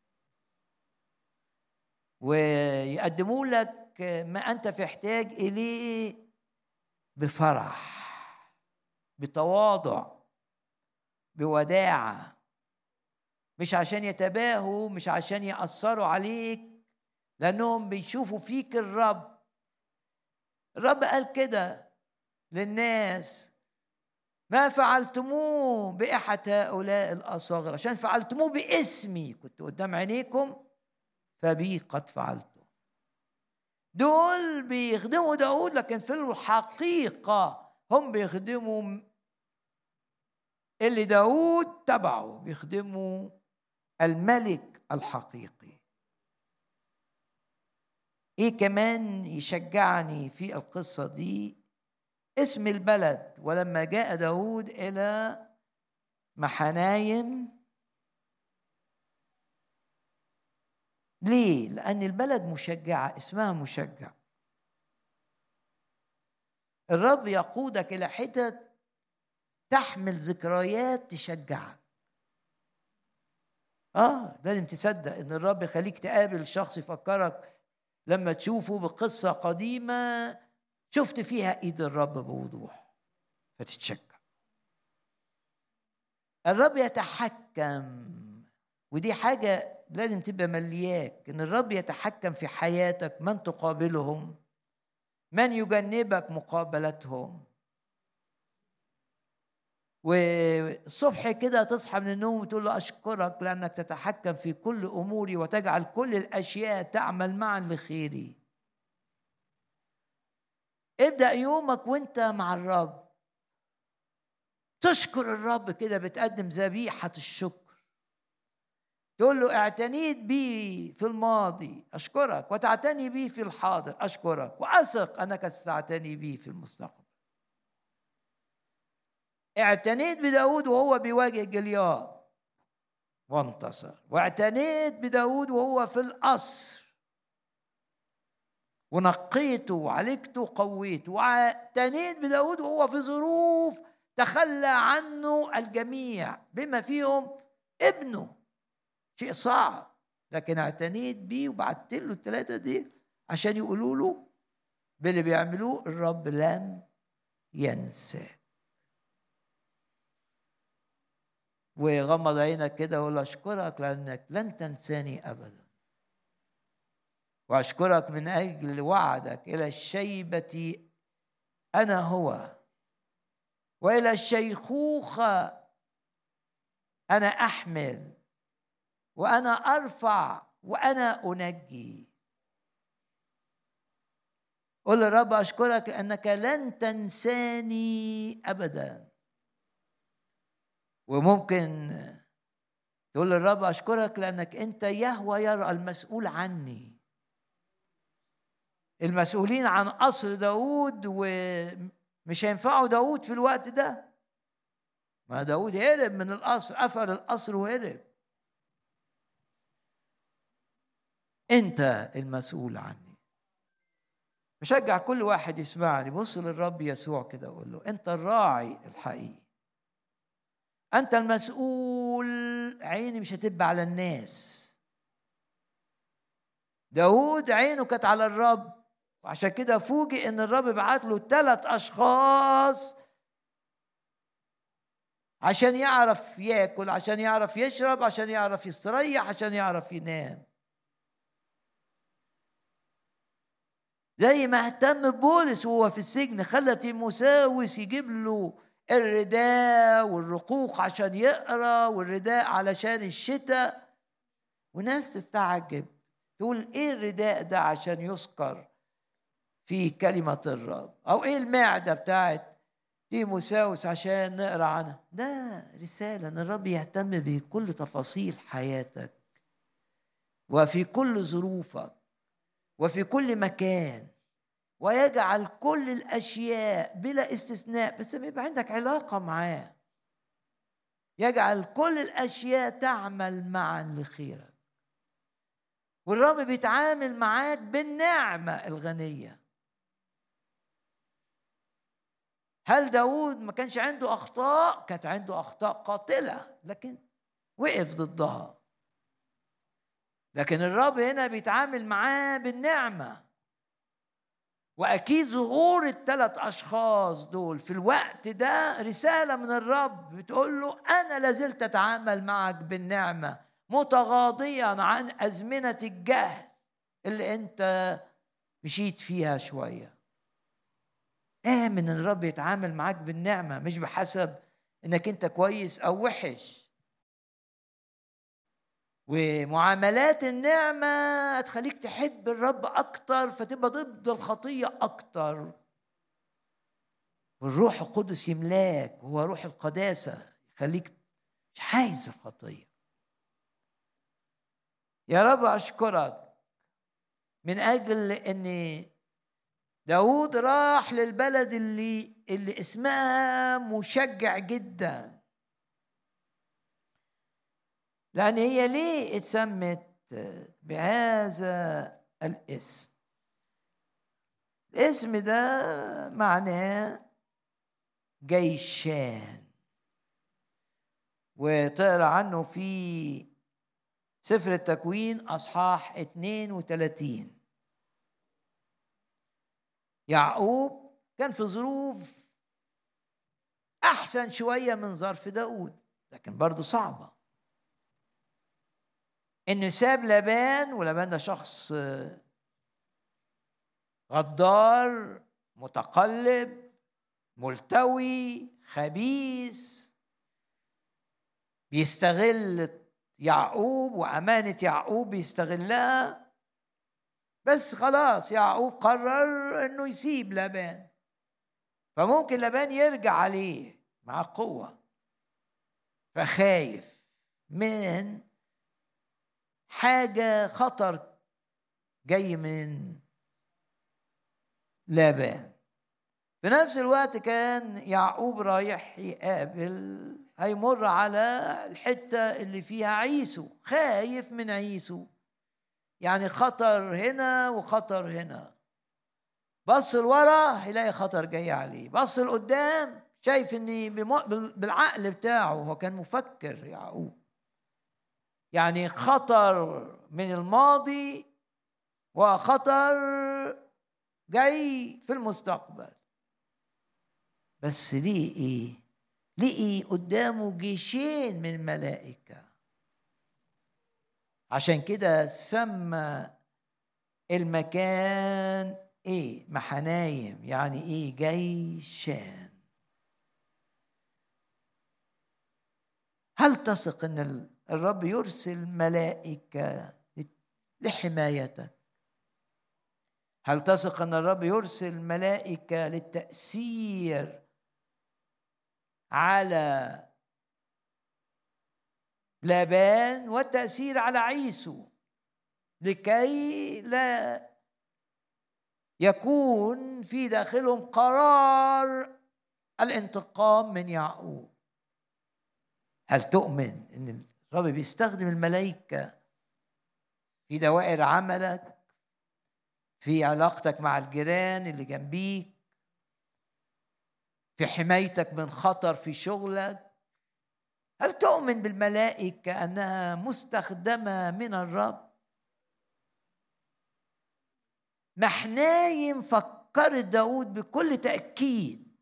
[SPEAKER 1] ويقدموا لك ما أنت في احتاج إليه بفرح، بتواضع، بوداعة، مش عشان يتباهوا، مش عشان يأثروا عليك، لأنهم بيشوفوا فيك الرب. الرب قال كده للناس: ما فعلتموه بأحد هؤلاء الأصاغر، عشان فعلتموه باسمي، كنت قدام عينيكم، فبي قد فعلته. دول بيخدموا داود، لكن في الحقيقة هم بيخدموا اللي داود تبعه، بيخدموا الملك الحقيقي. ايه كمان يشجعني في القصة دي؟ اسم البلد. ولما جاء داود إلى محنايم، ليه؟ لأن البلد مشجعة، اسمها مشجع. الرب يقودك إلى حتت تحمل ذكريات تشجعك. لازم تصدق ان الرب يخليك تقابل شخص يفكرك لما تشوفه بقصة قديمة شفت فيها ايد الرب بوضوح فتتشجع. الرب يتحكم، ودي حاجة لازم تبقى ملياك، ان الرب يتحكم في حياتك، من تقابلهم، من يجنبك مقابلتهم. والصبح كده تصحى من النوم وتقول له أشكرك لأنك تتحكم في كل أموري وتجعل كل الأشياء تعمل معا لخيري. ابدأ يومك وانت مع الرب تشكر الرب كده، بتقدم ذبيحة الشكر، تقول له اعتنيت بي في الماضي أشكرك، وتعتني بي في الحاضر أشكرك، وأثق أنك ستعتني بي في المستقبل. اعتنيت بداود وهو بيواجه جلياد وانتصر، واعتنيت بداود وهو في القصر ونقيته وعالجته وقويته، واعتنيت بداود وهو في ظروف تخلى عنه الجميع بما فيهم ابنه، شيء صعب، لكن اعتنيت بيه وبعت له الثلاثة دي عشان يقولوا له باللي بيعملوه الرب لن ينساك. وغمض عينك كده وقول أشكرك لأنك لن تنساني أبدا، وأشكرك من أجل وعدك إلى الشيبة أنا هو، وإلى الشيخوخة أنا أحمل، وأنا أرفع وأنا أنجي. قل للرب أشكرك لأنك لن تنساني أبدا. وممكن تقول للرب أشكرك لأنك أنت يهوى يرى المسؤول عني. المسؤولين عن قصر داود ومش هينفعوا داود في الوقت ده، ما داود هرب من القصر، قفل القصر وهرب. أنت المسؤول عني. بشجع كل واحد يسمعني، بص للرب يسوع كده وقول له أنت الراعي الحقيقي، أنت المسؤول. عيني مش هتبقى على الناس. داود عينه كانت على الرب، وعشان كده فوجئ ان الرب بعت له 3 أشخاص عشان يعرف ياكل، عشان يعرف يشرب، عشان يعرف يستريح، عشان يعرف ينام. زي ما اهتم بولس وهو في السجن، خلى تيموساوس يجيب له الرداء والرقوق عشان يقرا، والرداء علشان الشتاء. وناس تستعجب تقول ايه الرداء ده عشان يذكر في كلمة الرب، او ايه المعدة بتاعت تيموساوس عشان نقرا عنها. ده رسالة ان الرب يهتم بكل تفاصيل حياتك وفي كل ظروفك وفي كل مكان، ويجعل كل الأشياء بلا استثناء، بس يبقى عندك علاقة معاه، يجعل كل الأشياء تعمل معا لخيرك. والرب بيتعامل معاك بالنعمة الغنية. هل داود ما كانش عنده أخطاء؟ كانت عنده أخطاء قاتلة لكن وقف ضدها. لكن الرب هنا بيتعامل معاه بالنعمة. وأكيد ظهور ال3 أشخاص دول في الوقت ده رسالة من الرب بتقول له أنا لازلت أتعامل معك بالنعمة، متغاضيا عن أزمنة الجهل اللي أنت مشيت فيها شوية. آمن إن الرب يتعامل معك بالنعمة، مش بحسب إنك أنت كويس أو وحش. ومعاملات النعمة هتخليك تحب الرب أكتر، فتبقى ضد الخطية أكتر. والروح القدس يملاك، هو روح القداسة، يخليك مش عايز الخطية. يا رب أشكرك من أجل أن داود راح للبلد اللي اسمها مشجع جدا. لأن هي ليه اتسمت بهذا الاسم؟ الاسم ده معناه جيشان، وتقرأ عنه في سفر التكوين أصحاح 32. يعقوب كان في ظروف أحسن شوية من ظرف داود، لكن برضو صعبة. إنه ساب لابان، ولابان ده شخص غدار متقلب ملتوي خبيث، بيستغل يعقوب وأمانة يعقوب بيستغلها. بس خلاص يعقوب قرر إنه يسيب لابان، فممكن لابان يرجع عليه مع قوة، فخايف من حاجة خطر جاي من لابان. في نفس الوقت كان يعقوب رايح يقابل، هيمر على الحتة اللي فيها عيسو، خايف من عيسو، يعني خطر هنا وخطر هنا. بص لورا هيلاقي خطر جاي عليه، بص لقدام شايف ان بالعقل بتاعه، هو كان مفكر يعقوب، يعني خطر من الماضي وخطر جاي في المستقبل. بس لقي قدامه جيشين من الملائكة، عشان كده سمى المكان محنايم، يعني جيشان. هل تثق ان الرب يرسل ملائكة لحمايتك؟ هل تثق ان الرب يرسل ملائكة للتأثير على لابان والتأثير على عيسو، لكي لا يكون في داخلهم قرار الانتقام من يعقوب؟ هل تؤمن ان الرب بيستخدم الملائكة في دوائر عملك، في علاقتك مع الجيران اللي جنبيك، في حمايتك من خطر في شغلك؟ هل تؤمن بالملائكة أنها مستخدمة من الرب؟ محنايم فكرت داود بكل تأكيد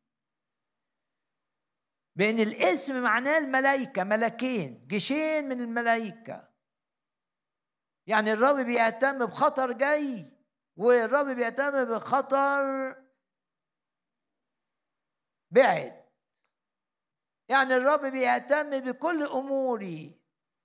[SPEAKER 1] بأن الاسم معناه الملائكة، ملكين، جيشين من الملائكة. يعني الرب بيهتم بخطر جاي، والرب بيهتم بخطر بعد. يعني الرب بيهتم بكل أموري.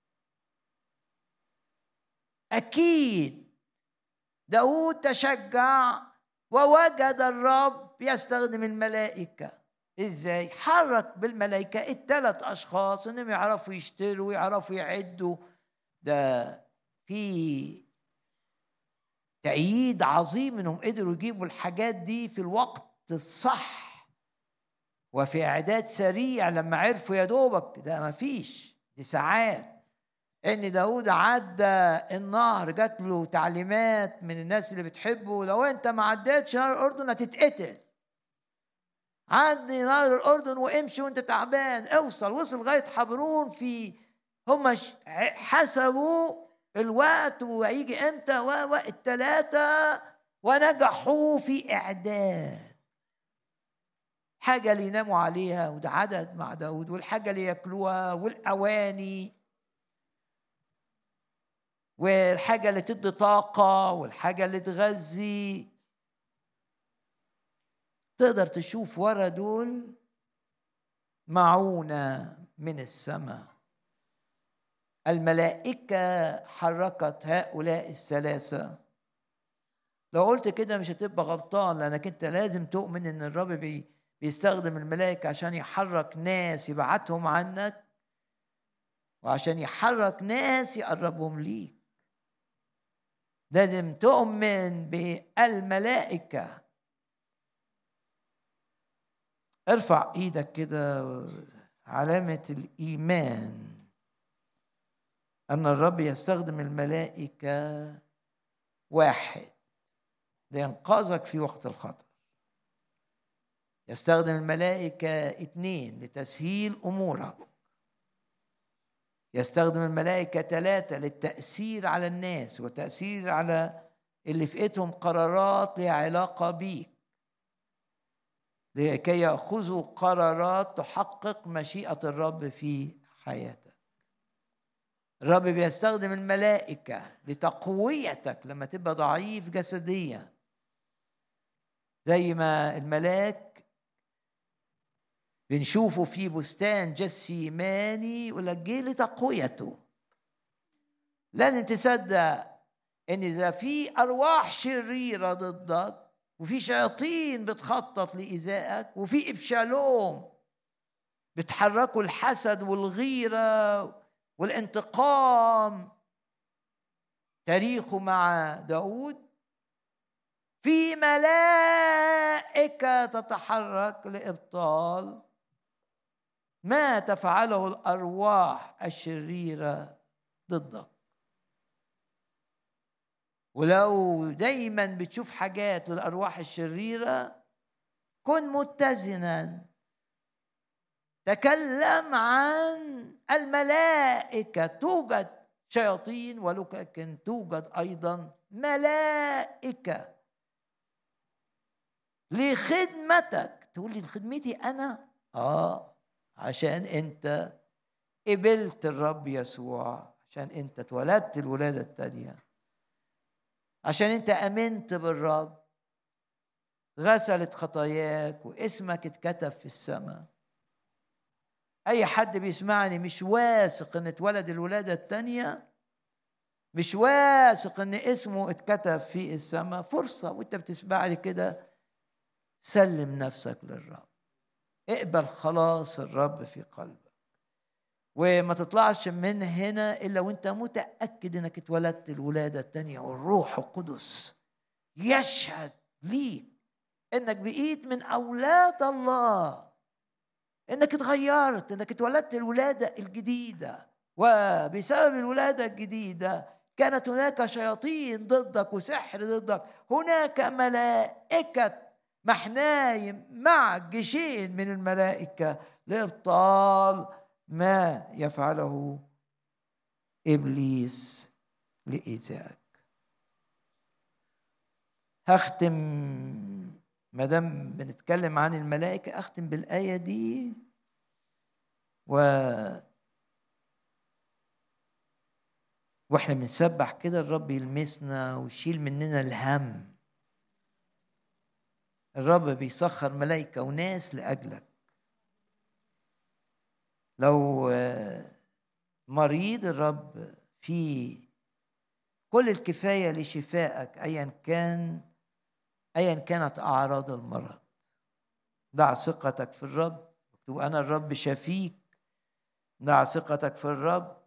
[SPEAKER 1] أكيد داود تشجع ووجد الرب يستخدم الملائكة. إزاي؟ حرك بالملائكة الثلاث أشخاص إنهم يعرفوا يشتروا ويعرفوا يعدوا. ده في تأييد عظيم إنهم قدروا يجيبوا الحاجات دي في الوقت الصح وفي إعداد سريع. لما عرفوا يا دوبك، ده ما فيش، دي ساعات. ان داود عدى النهر، جات له تعليمات من الناس اللي بتحبه: لو انت ما عديتش نهر الاردن هتتقتل، عدي نهر الاردن وامشي وانت تعبان، وصل لغايه حبرون. هم حسبوا الوقت وهيجي امتى الثلاثه، ونجحوا في اعداد حاجه اللي يناموا عليها، وده عدد مع داود، والحاجه اللي ياكلوها، والاواني، والحاجة اللي تدي طاقة، والحاجة اللي تغذي. تقدر تشوف ورا دول معونة من السماء. الملائكة حركت هؤلاء الثلاثة. لو قلت كده مش هتبقى غلطان، لأنك أنت لازم تؤمن إن الرب بيستخدم الملائكة عشان يحرك ناس يبعتهم عنك، وعشان يحرك ناس يقربهم ليك. لازم تؤمن بالملائكة. ارفع ايدك كده، علامة الإيمان أن الرب يستخدم الملائكة. واحد، لإنقاذك في وقت الخطر. يستخدم الملائكة 2 لتسهيل أمورك. يستخدم الملائكة 3 للتأثير على الناس وتأثير على اللي في ايدهم قرارات لها علاقة بيك، لكي يأخذوا قرارات تحقق مشيئة الرب في حياتك. الرب بيستخدم الملائكة لتقويتك لما تبقى ضعيف جسديا، زي ما الملاك بنشوفه في بستان جسيماني يقول لك جه لتقويته. لازم تصدق ان اذا في ارواح شريره ضدك وفي شياطين بتخطط لايذائك وفي ابشالوم بتحركوا الحسد والغيره والانتقام، تاريخه مع داود، في ملائكه تتحرك لابطال ما تفعله الارواح الشريره ضدك. ولو دايما بتشوف حاجات للأرواح الشريرة كن متزنا. تكلم عن الملائكة. توجد شياطين ولكن توجد أيضا ملائكة لخدمتك. تقول لي لخدمتي أنا؟ عشان أنت قبلت الرب يسوع، عشان أنت اتولدت الولادة التانية، عشان انت امنت بالرب، غسلت خطاياك واسمك اتكتب في السماء. اي حد بيسمعني مش واثق ان اتولد الولادة التانية، مش واثق ان اسمه اتكتب في السماء، فرصة وانت بتسمعني كده سلم نفسك للرب، اقبل خلاص الرب في قلبك، وما تطلعش من هنا الا وانت متأكد انك اتولدت الولادة التانية والروح القدس يشهد ليك انك بقيت من اولاد الله، انك اتغيرت، انك اتولدت الولاده الجديده. وبسبب الولاده الجديده كانت هناك شياطين ضدك وسحر ضدك، هناك ملائكه محنايم مع جيشين من الملائكه لابطال ما يفعله ابليس لايذائك. هختم ما دام بنتكلم عن الملائكة، أختم بالآية دي واحنا بنسبح كده الرب يلمسنا ويشيل مننا الهم. الرب بيسخر ملائكة وناس لأجلك. لو مريض الرب في كل الكفاية لشفائك أيا كانت أعراض المرض. ضع ثقتك في الرب، وأنا الرب شفيك. ضع ثقتك في الرب.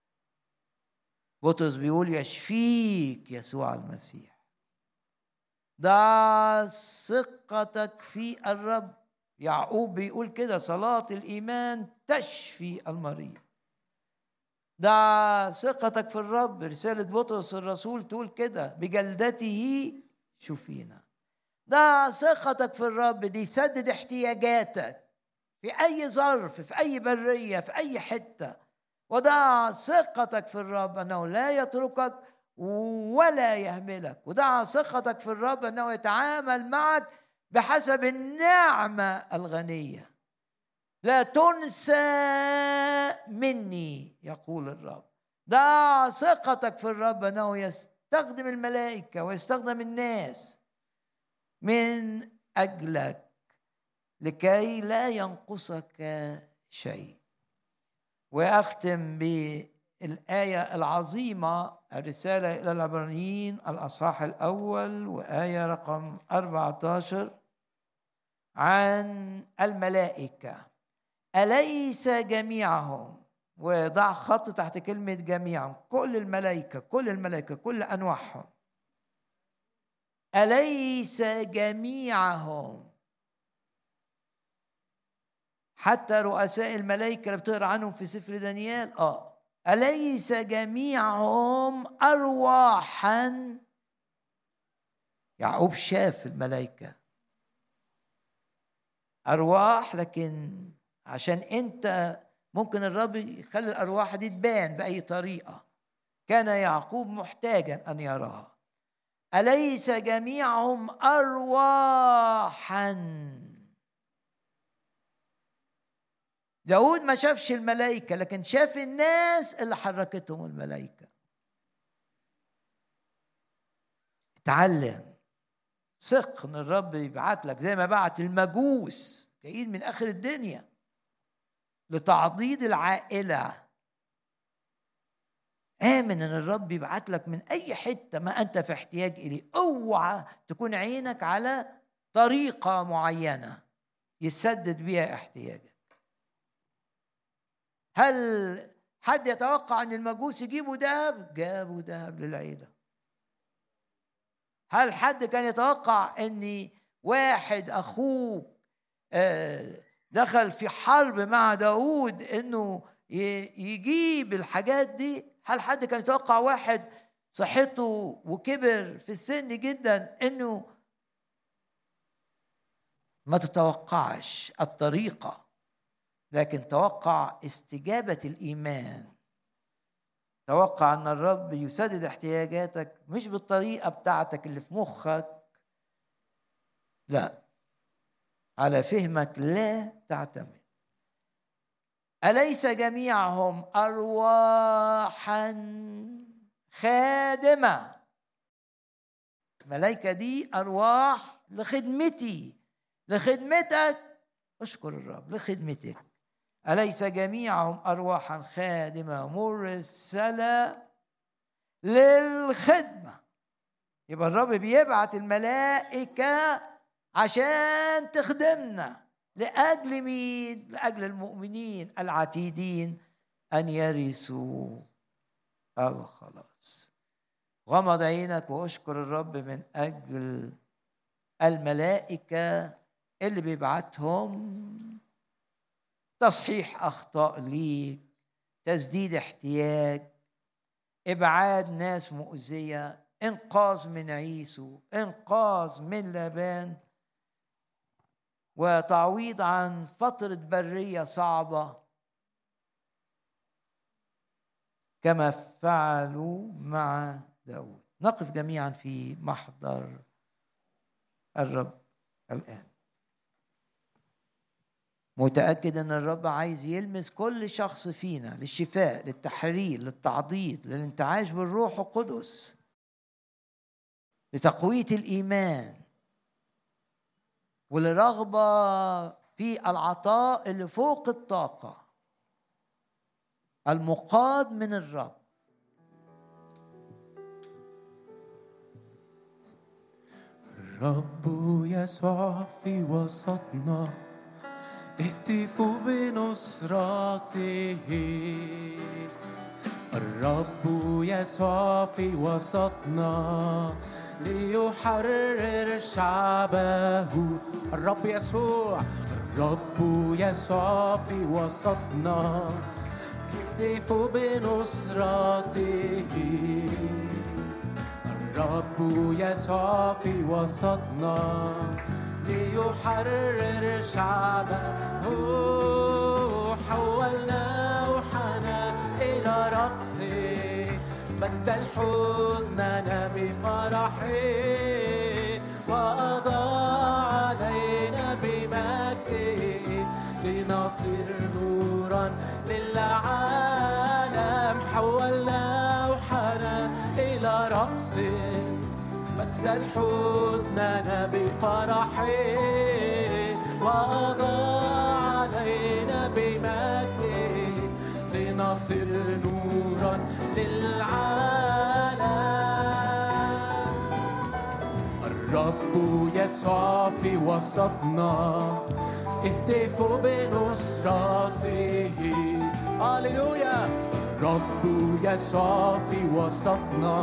[SPEAKER 1] بطرس بيقول يشفيك يسوع المسيح. ضع ثقتك في الرب. يعقوب بيقول كده صلاة الإيمان تشفي المريض. ضع ثقتك في الرب. رسالة بطرس الرسول تقول كده بجلدته شفينا. ضع ثقتك في الرب ليسدد احتياجاتك في أي ظرف، في أي برية، في أي حتة. وضع ثقتك في الرب أنه لا يتركك ولا يهملك. وضع ثقتك في الرب أنه يتعامل معك بحسب النعمة الغنية. لا تنسى مني يقول الرب. ضع ثقتك في الرب أنه يستخدم الملائكة ويستخدم الناس من أجلك لكي لا ينقصك شيء. وأختم بالآية العظيمة الرسالة إلى العبرانيين الأصحاح الأول وآية رقم 14 عن الملائكة. أليس جميعهم، وضع خط تحت كلمة جميعهم، كل الملائكة كل أنواعهم. أليس جميعهم، حتى رؤساء الملائكة اللي بتقرأ عنهم في سفر دانيال، أليس جميعهم أرواحا يعقوب شاف الملائكة أرواح، لكن عشان أنت ممكن الرب يخلي الأرواح دي تبان بأي طريقة، كان يعقوب محتاجا أن يراها. أليس جميعهم أرواحا؟ داود ما شافش الملائكة، لكن شاف الناس اللي حركتهم الملائكة. اتعلم، ثق ان الرب يبعت لك زي ما بعت المجوس جايين من آخر الدنيا لتعضيد العائلة. آمن ان الرب يبعت لك من أي حتة ما أنت في احتياج إليه. اوعى تكون عينك على طريقة معينة يسدد بيها احتياجك. هل حد يتوقع ان المجوس يجيبوا ذهب؟ جابوا ذهب للعيلة. هل حد كان يتوقع ان واحد اخوه دخل في حرب مع داود انه يجيب الحاجات دي؟ هل حد كان يتوقع واحد صحته وكبر في السن جدا انه ما تتوقعش الطريقة، لكن توقع استجابة الإيمان. توقع أن الرب يسدد احتياجاتك مش بالطريقة بتاعتك اللي في مخك، لا، على فهمك لا تعتمد. أليس جميعهم أرواحا خادمة؟ الملائكة دي أرواح لخدمتي، لخدمتك. أشكر الرب لخدمتك. أليس جميعهم أرواحا خادمة مرسلة للخدمة؟ يبقى الرب بيبعت الملائكة عشان تخدمنا. لأجل مين؟ لأجل المؤمنين العتيدين أن يرثوا الخلاص. غمض عينك واشكر الرب من أجل الملائكة اللي بيبعتهم. تصحيح أخطاء ليك، تسديد احتياج، إبعاد ناس مؤذية، إنقاذ من عيسو، إنقاذ من لابان، وتعويض عن فترة برية صعبة كما فعلوا مع داود. نقف جميعا في محضر الرب الآن، متأكد أن الرب عايز يلمس كل شخص فينا للشفاء، للتحرير، للتعضيد، للانتعاش بالروح القدس، لتقوية الإيمان، ولرغبة في العطاء اللي فوق الطاقة المقاد من الرب.
[SPEAKER 2] الرب يسوع في وسطنا، اهتفوا بنصرته. الرب يسوع في وسطنا ليحرر شعبه. الرب يسوع، الرب يسوع في وسطنا، اهتفوا بنصرته. الرب يسوع في وسطنا ليحرر شعبه. حولنا روحنا إلى رقص، بدل حزننا بفرح، وأضاء علينا بمجده لنصير نورا للعالم. حولنا روحنا إلى رقص، بدل حزننا بفرح، وأضاء علينا بمجده لنصير نورا للعالم. الرب يسوع في وسطنا، اهتفوا بنصرته. هاليلويا. الرب يسوع في وسطنا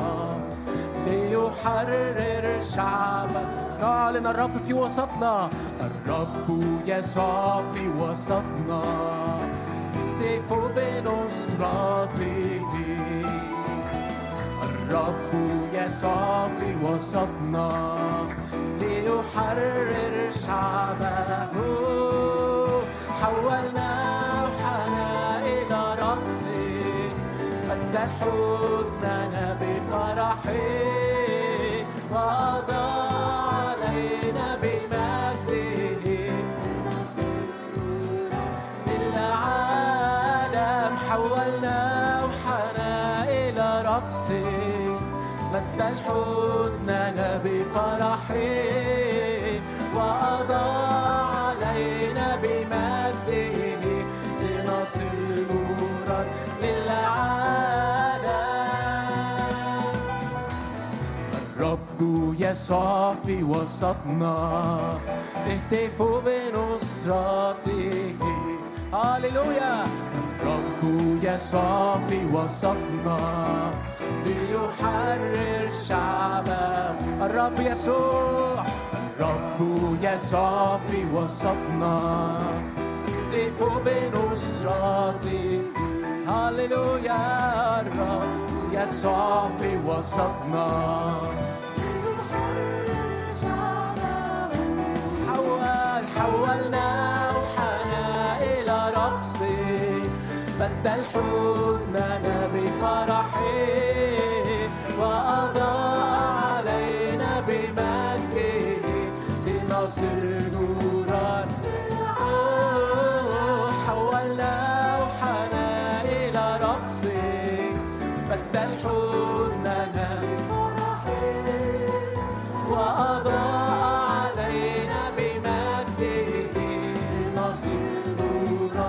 [SPEAKER 2] ليحرر شعبه. نعلن الرب في وسطنا. الرب يسوع في وسطنا، اهتفوا بنصرته. الرب يسوع في وسطنا ليحرر شعبه. حولنا روحنا إلى رقص بدل حزننا بفرح، وأضاء علينا بمجده للعالم. حولنا روحنا إلى رقص بدل حزننا بفرح، وأضاء علينا بمجده لنصل نورا للعالم. الرب يسوع في وسطنا اهتفوا بنصرته. هاليلويا. الرب يسوع في وسطنا ليحرر شعبه. الرب يسوع، الرب يسوع في وسطنا اهتفوا بنصرته. هاليلويا. الرب يسوع في وسطنا حولنا روحنا إلى رقص بدل حزننا بفرح، وأضاء علينا بمجده لنصل نورا. حولنا روحنا إلى رقص بدل حزننا بفرح، وأضاء علينا بمجده لنصل نورا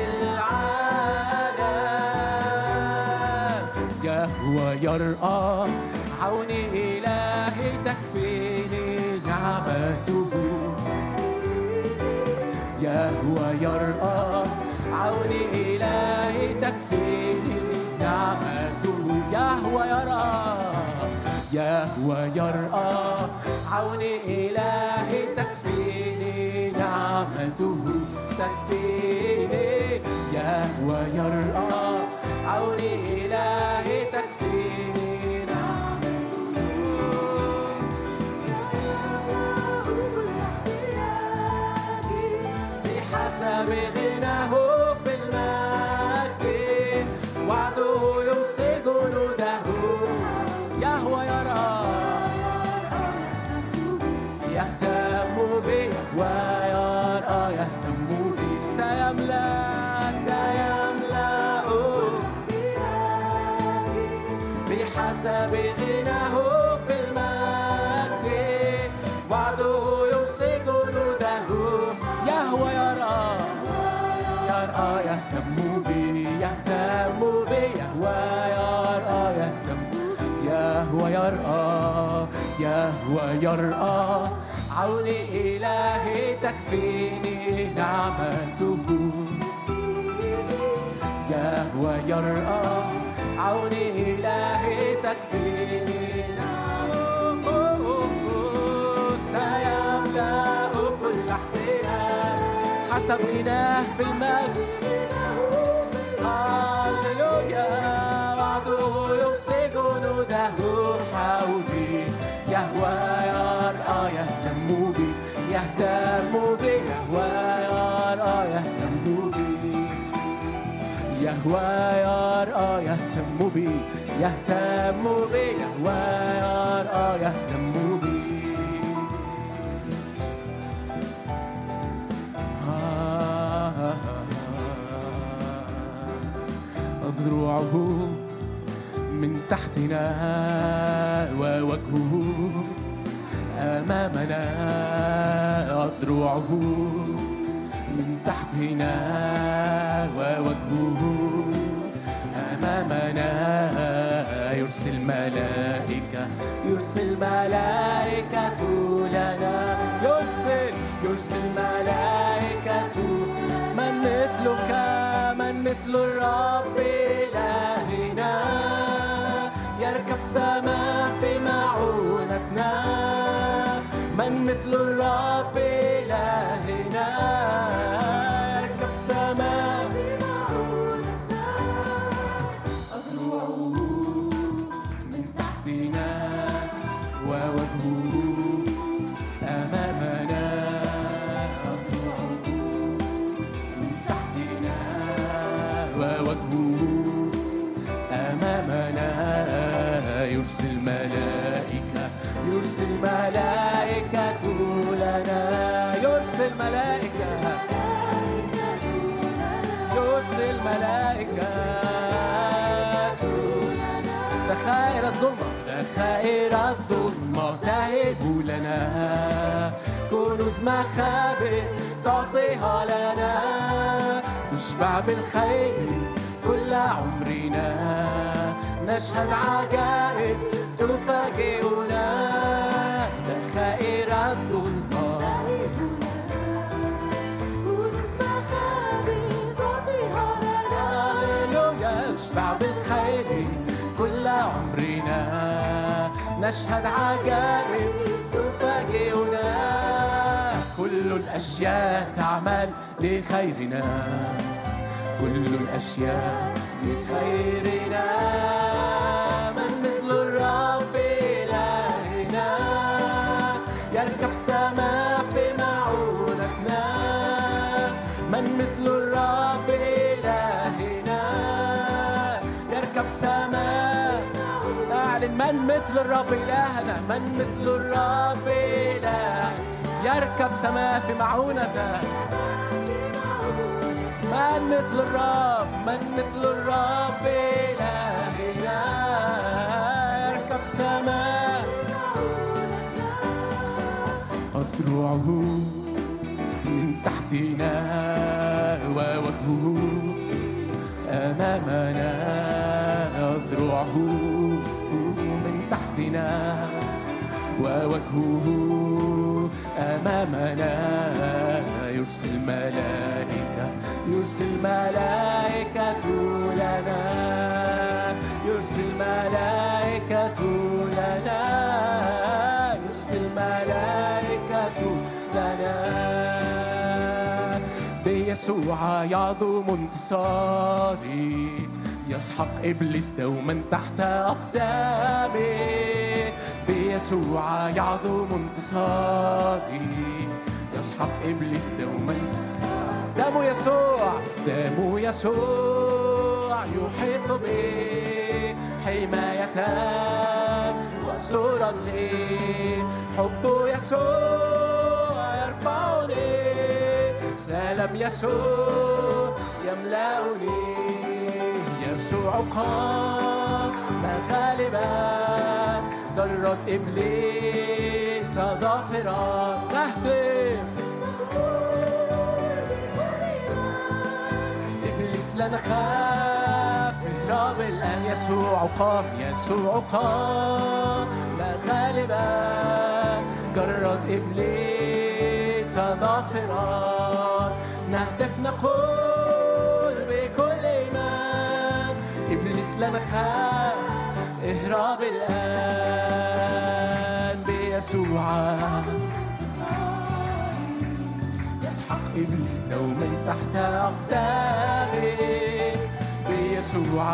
[SPEAKER 2] للعالم. يهوى يرأى عوني إلهي تكفيني نعمته. يهوى يرأى عوني إلهي تكفيني نعمته. يهوى يرأى، يهوى يرأى عوني إلهي تكفيني نعمته. تكفيني يهوى يرأى عوني إلهي تكفيني نعمته. بحسب غناه في المجد وعده يوصي جنوده. يهوى يرى يهتم بي ويرى يهتم بي. سيملأ بحسب غناه في المجد وعده يوصي جنوده. يهوى يرى يهتم بي يهتم بي. يهوى يرى يهتم. يهوى يرأى عوني إلهي تكفيني نعمته. يهوى يرأى عوني إلهي تكفيني نعمته. سيملأ كل احتياج حسب غناه في المجد. هاليلويا. وعده يوصي جنوده حولي. يهوى يرأى يهتم بي يهتم بي. يهوى يرأى يهتم بي. يهوى يرأى يهتم بي يهتم بي. يهوى يرأى يهتم بي. ذروعه من تحتنا ووجهه أمامنا. ذروعه من تحتنا ووجهه أمامنا. يرسل ملائكة لنا. يرسل ملائكة. من مثلك من مثل الرب إلهنا يركب سماء في معونتنا. من مثل الرب إلهنا يركب سماء في معونتنا. أذرعه من تحت يرسل ملائكة ذخائر الظلمة تهب لنا كنوز مخابئ تعطيها لنا تشبع بالخير كل عمرنا نشهد عجائب تفاجئنا ذخائر الظلمة كنوز مخابئ تعطيها لنا هللويا نشبع بالخير كل عمرنا نشهد عجائب تفاجئنا كل الأشياء تعمل لخيرنا كل الأشياء لخيرنا من مثل الرب إلهنا يركب سماء في معونتنا من مثل الرب إلهنا يركب سماء أعلن من مثل الرب إلهنا من مثل الرب إلهنا يركب سماء في معونته من مثل الرب إلهنا يركب سماء أذرعه من تحتنا ووجهه أمامنا أذرعه من تحتنا ووجهه أمامنا يرسل ملائكة لنا يرسل ملائكة لنا بيسوع يعظم انتصاري يسحق إبليس دوما تحت أقدامي بيسوع يعظم انتصاري يسحق إبليس دوما دم يسوع يحيط بي حماية وسرا لي حب يسوع يرفعني سلام يسوع يملأني يسوع قام غالبا ضرت إبليس ظافرا نهتف إبليس لا نخاف اهرب الآن يسوع قام لا غالبا جرد إبليس ظافرا نهتف نقول بكل إيمان إبليس لا نخاف اهرب الآن بيسوع يسحق إبليس دوما تحت أقدامي بيسوع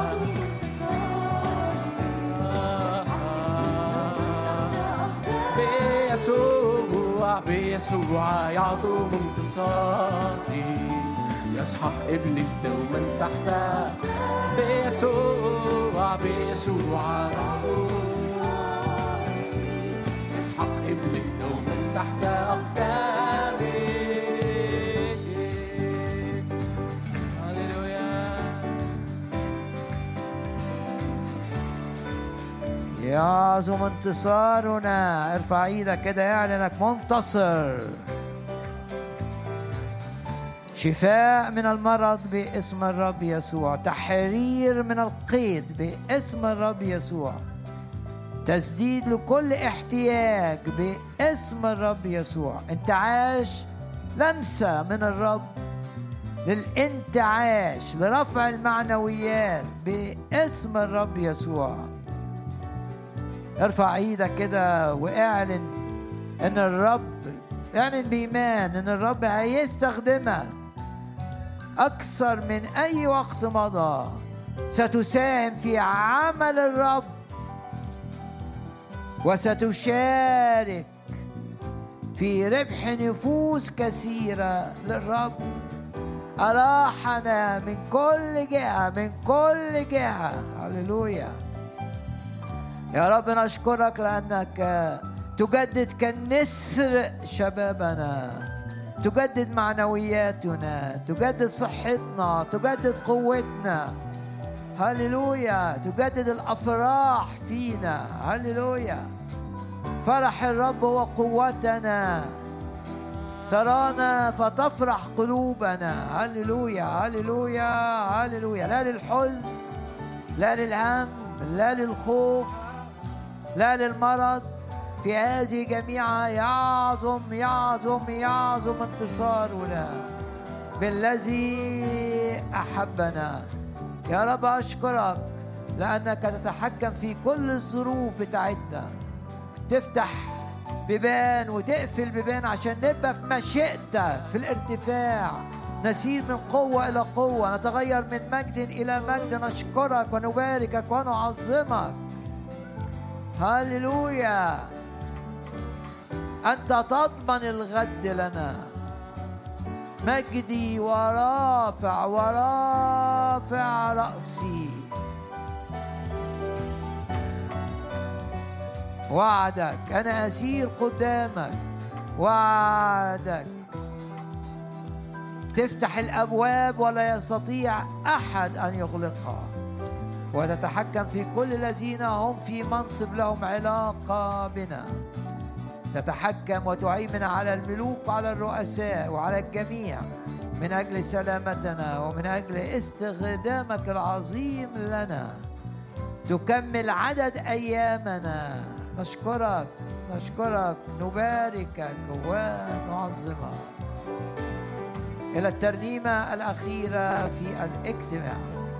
[SPEAKER 2] بيسوع يعظم انتصاري يسحق إبليس دوما تحت بيسوع يسحق إبليس دوما تحت أقدامي هللويا
[SPEAKER 1] يعظم انتصارنا. ارفع ايدك كده اعلنك منتصر. شفاء من المرض باسم الرب يسوع، تحرير من القيد باسم الرب يسوع، تسديد لكل احتياج باسم الرب يسوع، انتعاش، لمسة من الرب للانتعاش لرفع المعنويات باسم الرب يسوع. ارفع ايدك كده واعلن ان الرب، اعلن بإيمان ان الرب هيستخدمك أكثر من أي وقت مضى. ستساهم في عمل الرب وستشارك في ربح نفوس كثيرة للرب. أراحنا من كل جهة. هللويا يا رب، نشكرك لأنك تجدد كالنسر شبابنا، تجدد معنوياتنا، تجدد صحتنا، تجدد قوتنا. هللويا. تجدد الأفراح فينا. هللويا. فرح الرب هو قوتنا، ترانا فتفرح قلوبنا. هللويا هللويا هللويا. لا للحزن، لا للهم، لا للخوف، لا للمرض. في هذه جميعها يعظم يعظم يعظم انتصارنا بالذي أحبنا. يا رب أشكرك لأنك تتحكم في كل الظروف بتاعتنا، تفتح بيبان وتقفل بيبان عشان نبقى في مشيئتك في الارتفاع، نسير من قوة إلى قوة، نتغير من مجد إلى مجد. نشكرك ونباركك ونعظمك. هللويا. أنت تضمن الغد لنا. مجدي ورافع ورافع رأسي. وعدك أنا أسير قدامك. وعدك تفتح الأبواب ولا يستطيع أحد أن يغلقها، وتتحكم في كل الذين هم في منصب لهم علاقة بنا. تتحكم وتهيمن على الملوك وعلى الرؤساء وعلى الجميع من أجل سلامتنا ومن أجل استخدامك العظيم لنا. تكمل عدد أيامنا. نشكرك نشكرك، نباركك ونعظمك. إلى الترنيمة الأخيرة في الاجتماع.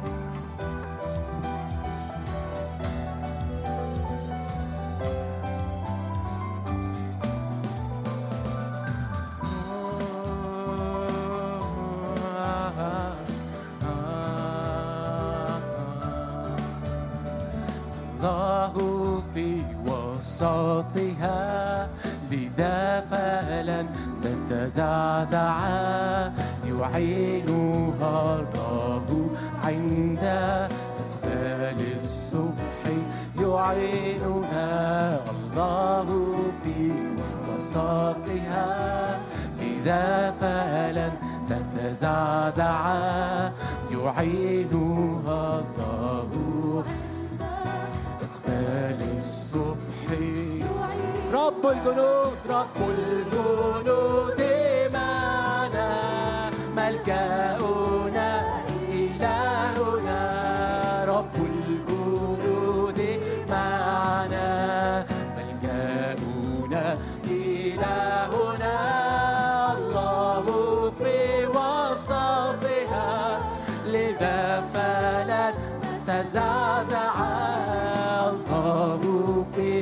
[SPEAKER 2] الله في وسطها، لذا فلن تتزعزع. يعينها الله عند إقبال الصبح. يعينها الله في وسطها، لذا فلن تتزعزع. يعينها الله للصبح. رب الجنود رب الجنود معنا، ملجأنا إلهنا. رب الجنود معنا، ملجأنا إلهنا. الله في وسطها، لذا فلن تزعزع. الله في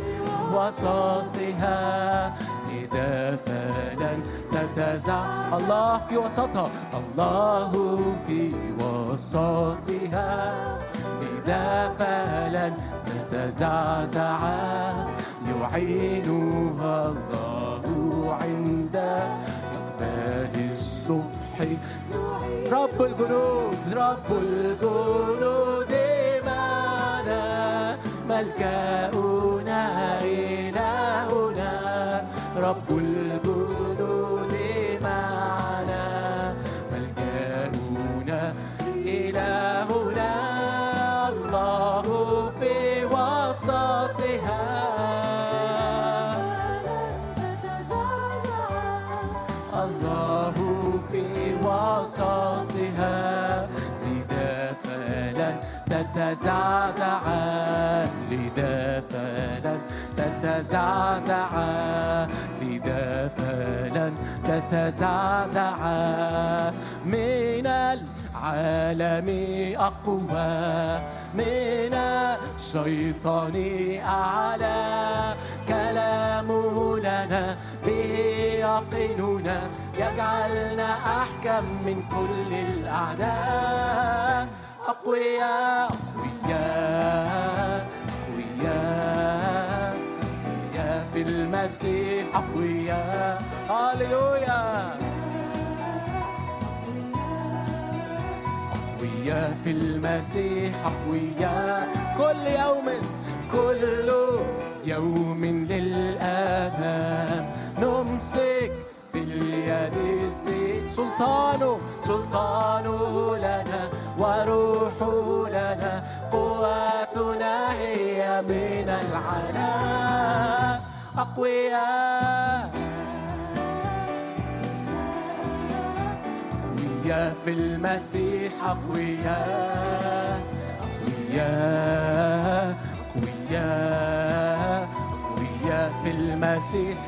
[SPEAKER 2] وسطها، لذا فلن تتزعزع. الله في وسطها، الله في وسطها، لذا فلن تتزعزع. يعينها الله عند إقبال الصبح. رب الجنود رب الجنود معنا، ملجأنا إلهنا. رب الجنود معنا، ملجأنا إلهنا. الله في وسطها، الله في وسطها، لذا فلن تتزعزع. لذا فلن تتزعزع. لذا فلن تتزعزع. من العالم أقوى، من الشيطان أعلى. كلامه لنا به يقيننا، يجعلنا أحكم من كل الأعداء. أقوياء أقوياء أقوياء أقوياء في المسيح. أقوياء. هاليلويا. أقوياء في المسيح. أقوياء كل يوم كل يوم للأمام. نمسك في اليد سلطانه لنا وروحه لنا، قواتنا هي من العلا، أقوياء في المسيح، أقوياء أقوياء أقوياء أقوياء في المسيح،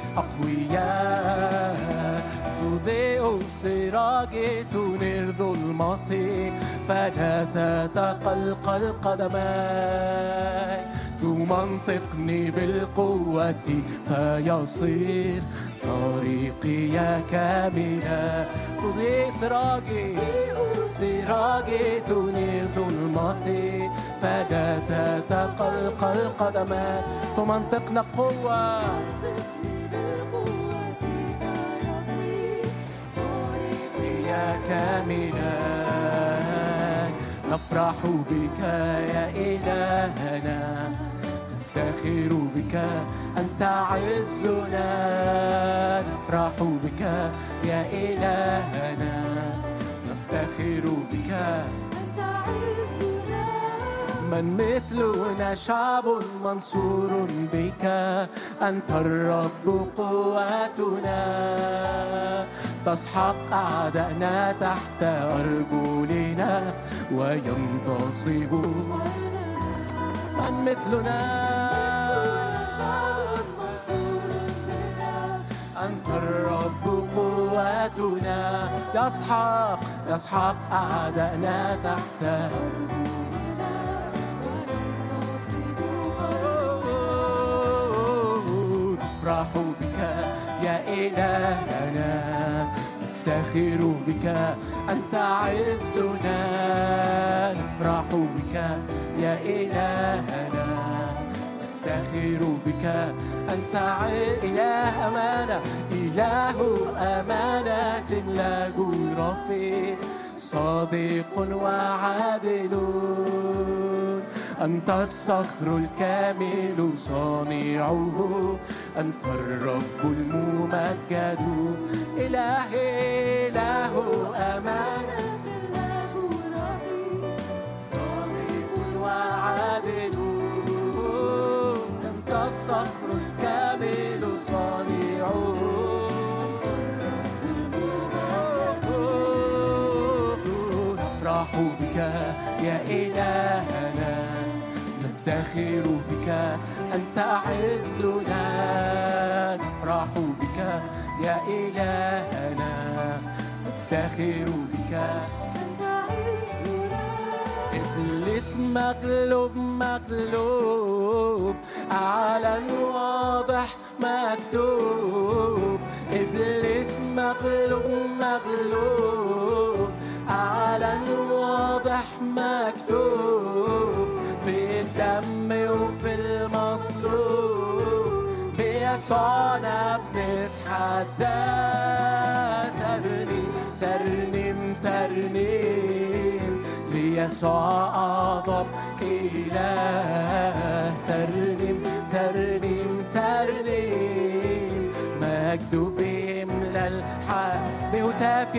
[SPEAKER 2] أقوياء تضيء سراجي تنير ظلمتي، فلا تتقلقل قدماي، تمنطقني بالقوة فيصير طريقي كاملا. تضيء سراجي تنير ظلمتي، فلا تتقلقل قدماي، تمنطقنا قوة كاملا. نفرح بك يا إلهنا، نفتخر بك أنت عزنا، نفرح بك يا إلهنا، نفتخر بك أنت عزنا. من مثلنا شعب منصور بك، أنت الرب قوتنا، تسحق أعدائنا تحت أرجلنا وينتصب. من مثلنا شعب منصور بك، أنت الرب قوتنا، يسحق أعدائنا تحت أرجلنا وينتصب. نفرح بك يا إلهنا، نفتخر بك أنت عزنا، نفرح بك يا إلهنا، نفتخر بك أنت إله أمانة، إله أمانة لا جور فيه، صادق وعادل، أنت الصخر الكامل صانعه، أنت الرب الممجد، إله أمانة لا جور فيه، صادق وعادل، أنت الصخر الكامل صانعه. نفرح بك يا إلهنا، نفتخر بك أنت عزنا، نفرح بك يا إلهنا، نفتخر بك أنت عزنا. إبليس مغلوب أعلن واضح مكتوب، إبليس مغلوب أعلن واضح مكتوب، في الدم وفي المصلوب، بيسوعنا بنتحدى. ترنيم ليسوع أعظم إله، ترنيم مجد بيملى الحق، بهتاف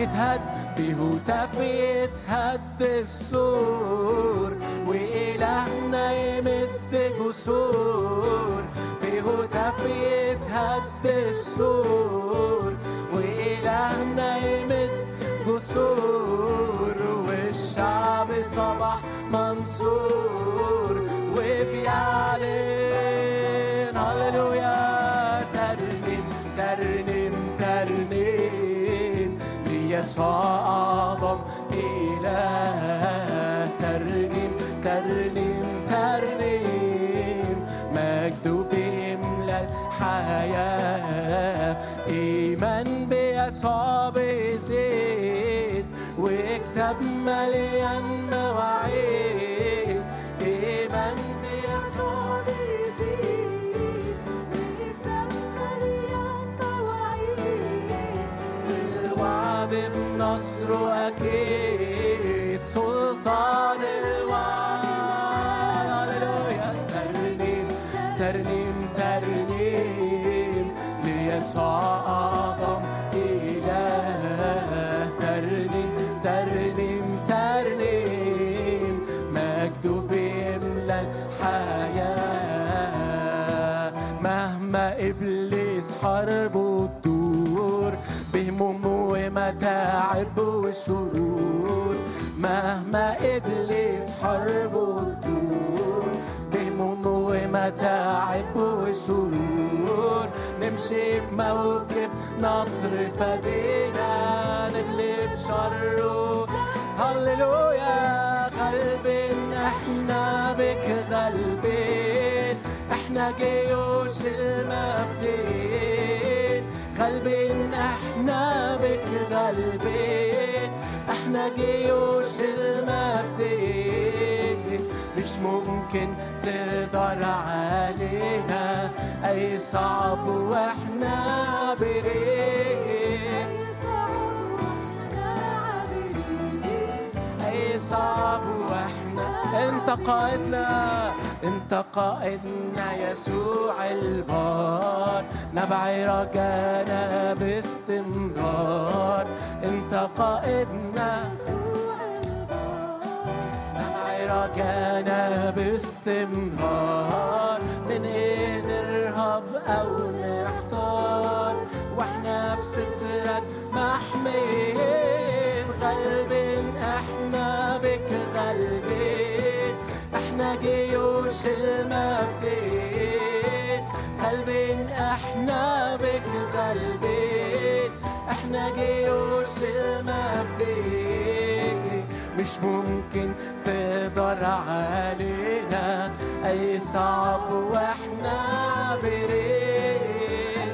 [SPEAKER 2] يتهد السور، وإلهنا يمد جسور، بهتاف يتهد السور، وإلهنا يمد جسور، والشعب صبح منصور وبيعلن هللويا. ترنيم ليسوع أعظم إله، ترنيم مجد بيملى الحياة، إيمان بيسوع بيزيد وكتاب مليان مواعيد، إيمان بيسوع بيزيد وكتاب مليان مواعيد، الوعد بنصره أكيد، سلطان الوعد. هللويا. ترنيم ليسوع أعظم إله، حرب وتدور بهموم ومتاعب وشرور. مهما إبليس حرب وتدور بهموم ومتاعب وشرور، نمشي في موكب نصر فدينا نغلب شره. هللويا. غلبين احنا بك غلبين، احنا جيوش المفدين. غلبين احنا بك غلبين، احنا جيوش المفدين. مش ممكن تقدر علينا اي صعب واحنا عابرين. اي صعب واحنا انت قائدنا، انت قائدنا يسوع البار، نبعي رجانا باستمرار. انت قائدنا يسوع البار، نبعي رجانا باستمرار. من ايه نرهب او نحتار واحنا في سترك محميين. غلبين احنا بك غلبين، احنا جيوش المفدين. غلبين احنا بك غلبين، احنا جيوش المفدين. مش ممكن تقدر علينا اي صعب واحنا عابرين.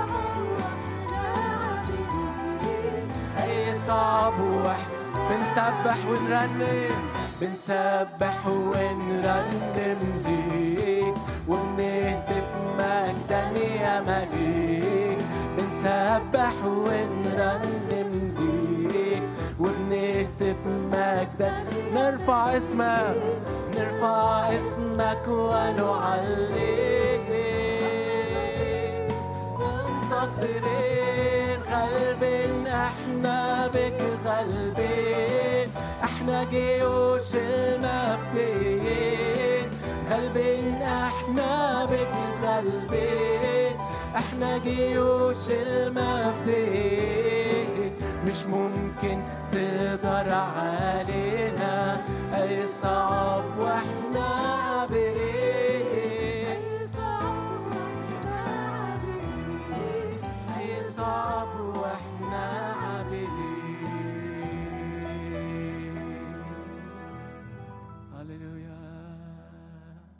[SPEAKER 2] اي صعب واحنا بنسبح ونرنم، بنسبح ونرنم ليك وبنهتف مجدا يا مليك. بنسبح ونرنم ليك وبنهتف مجدا. نرفع اسمك، نرفع اسمك ونعليك منتصرين. غلبين احنا بك غلبين، احنا جيوش المفديين. غلبين احنا بك غلبين، احنا جيوش المفديين. مش ممكن تقدر علينا اي صعب واحنا عابرين. اي صعب واحنا عابرين. هللويا.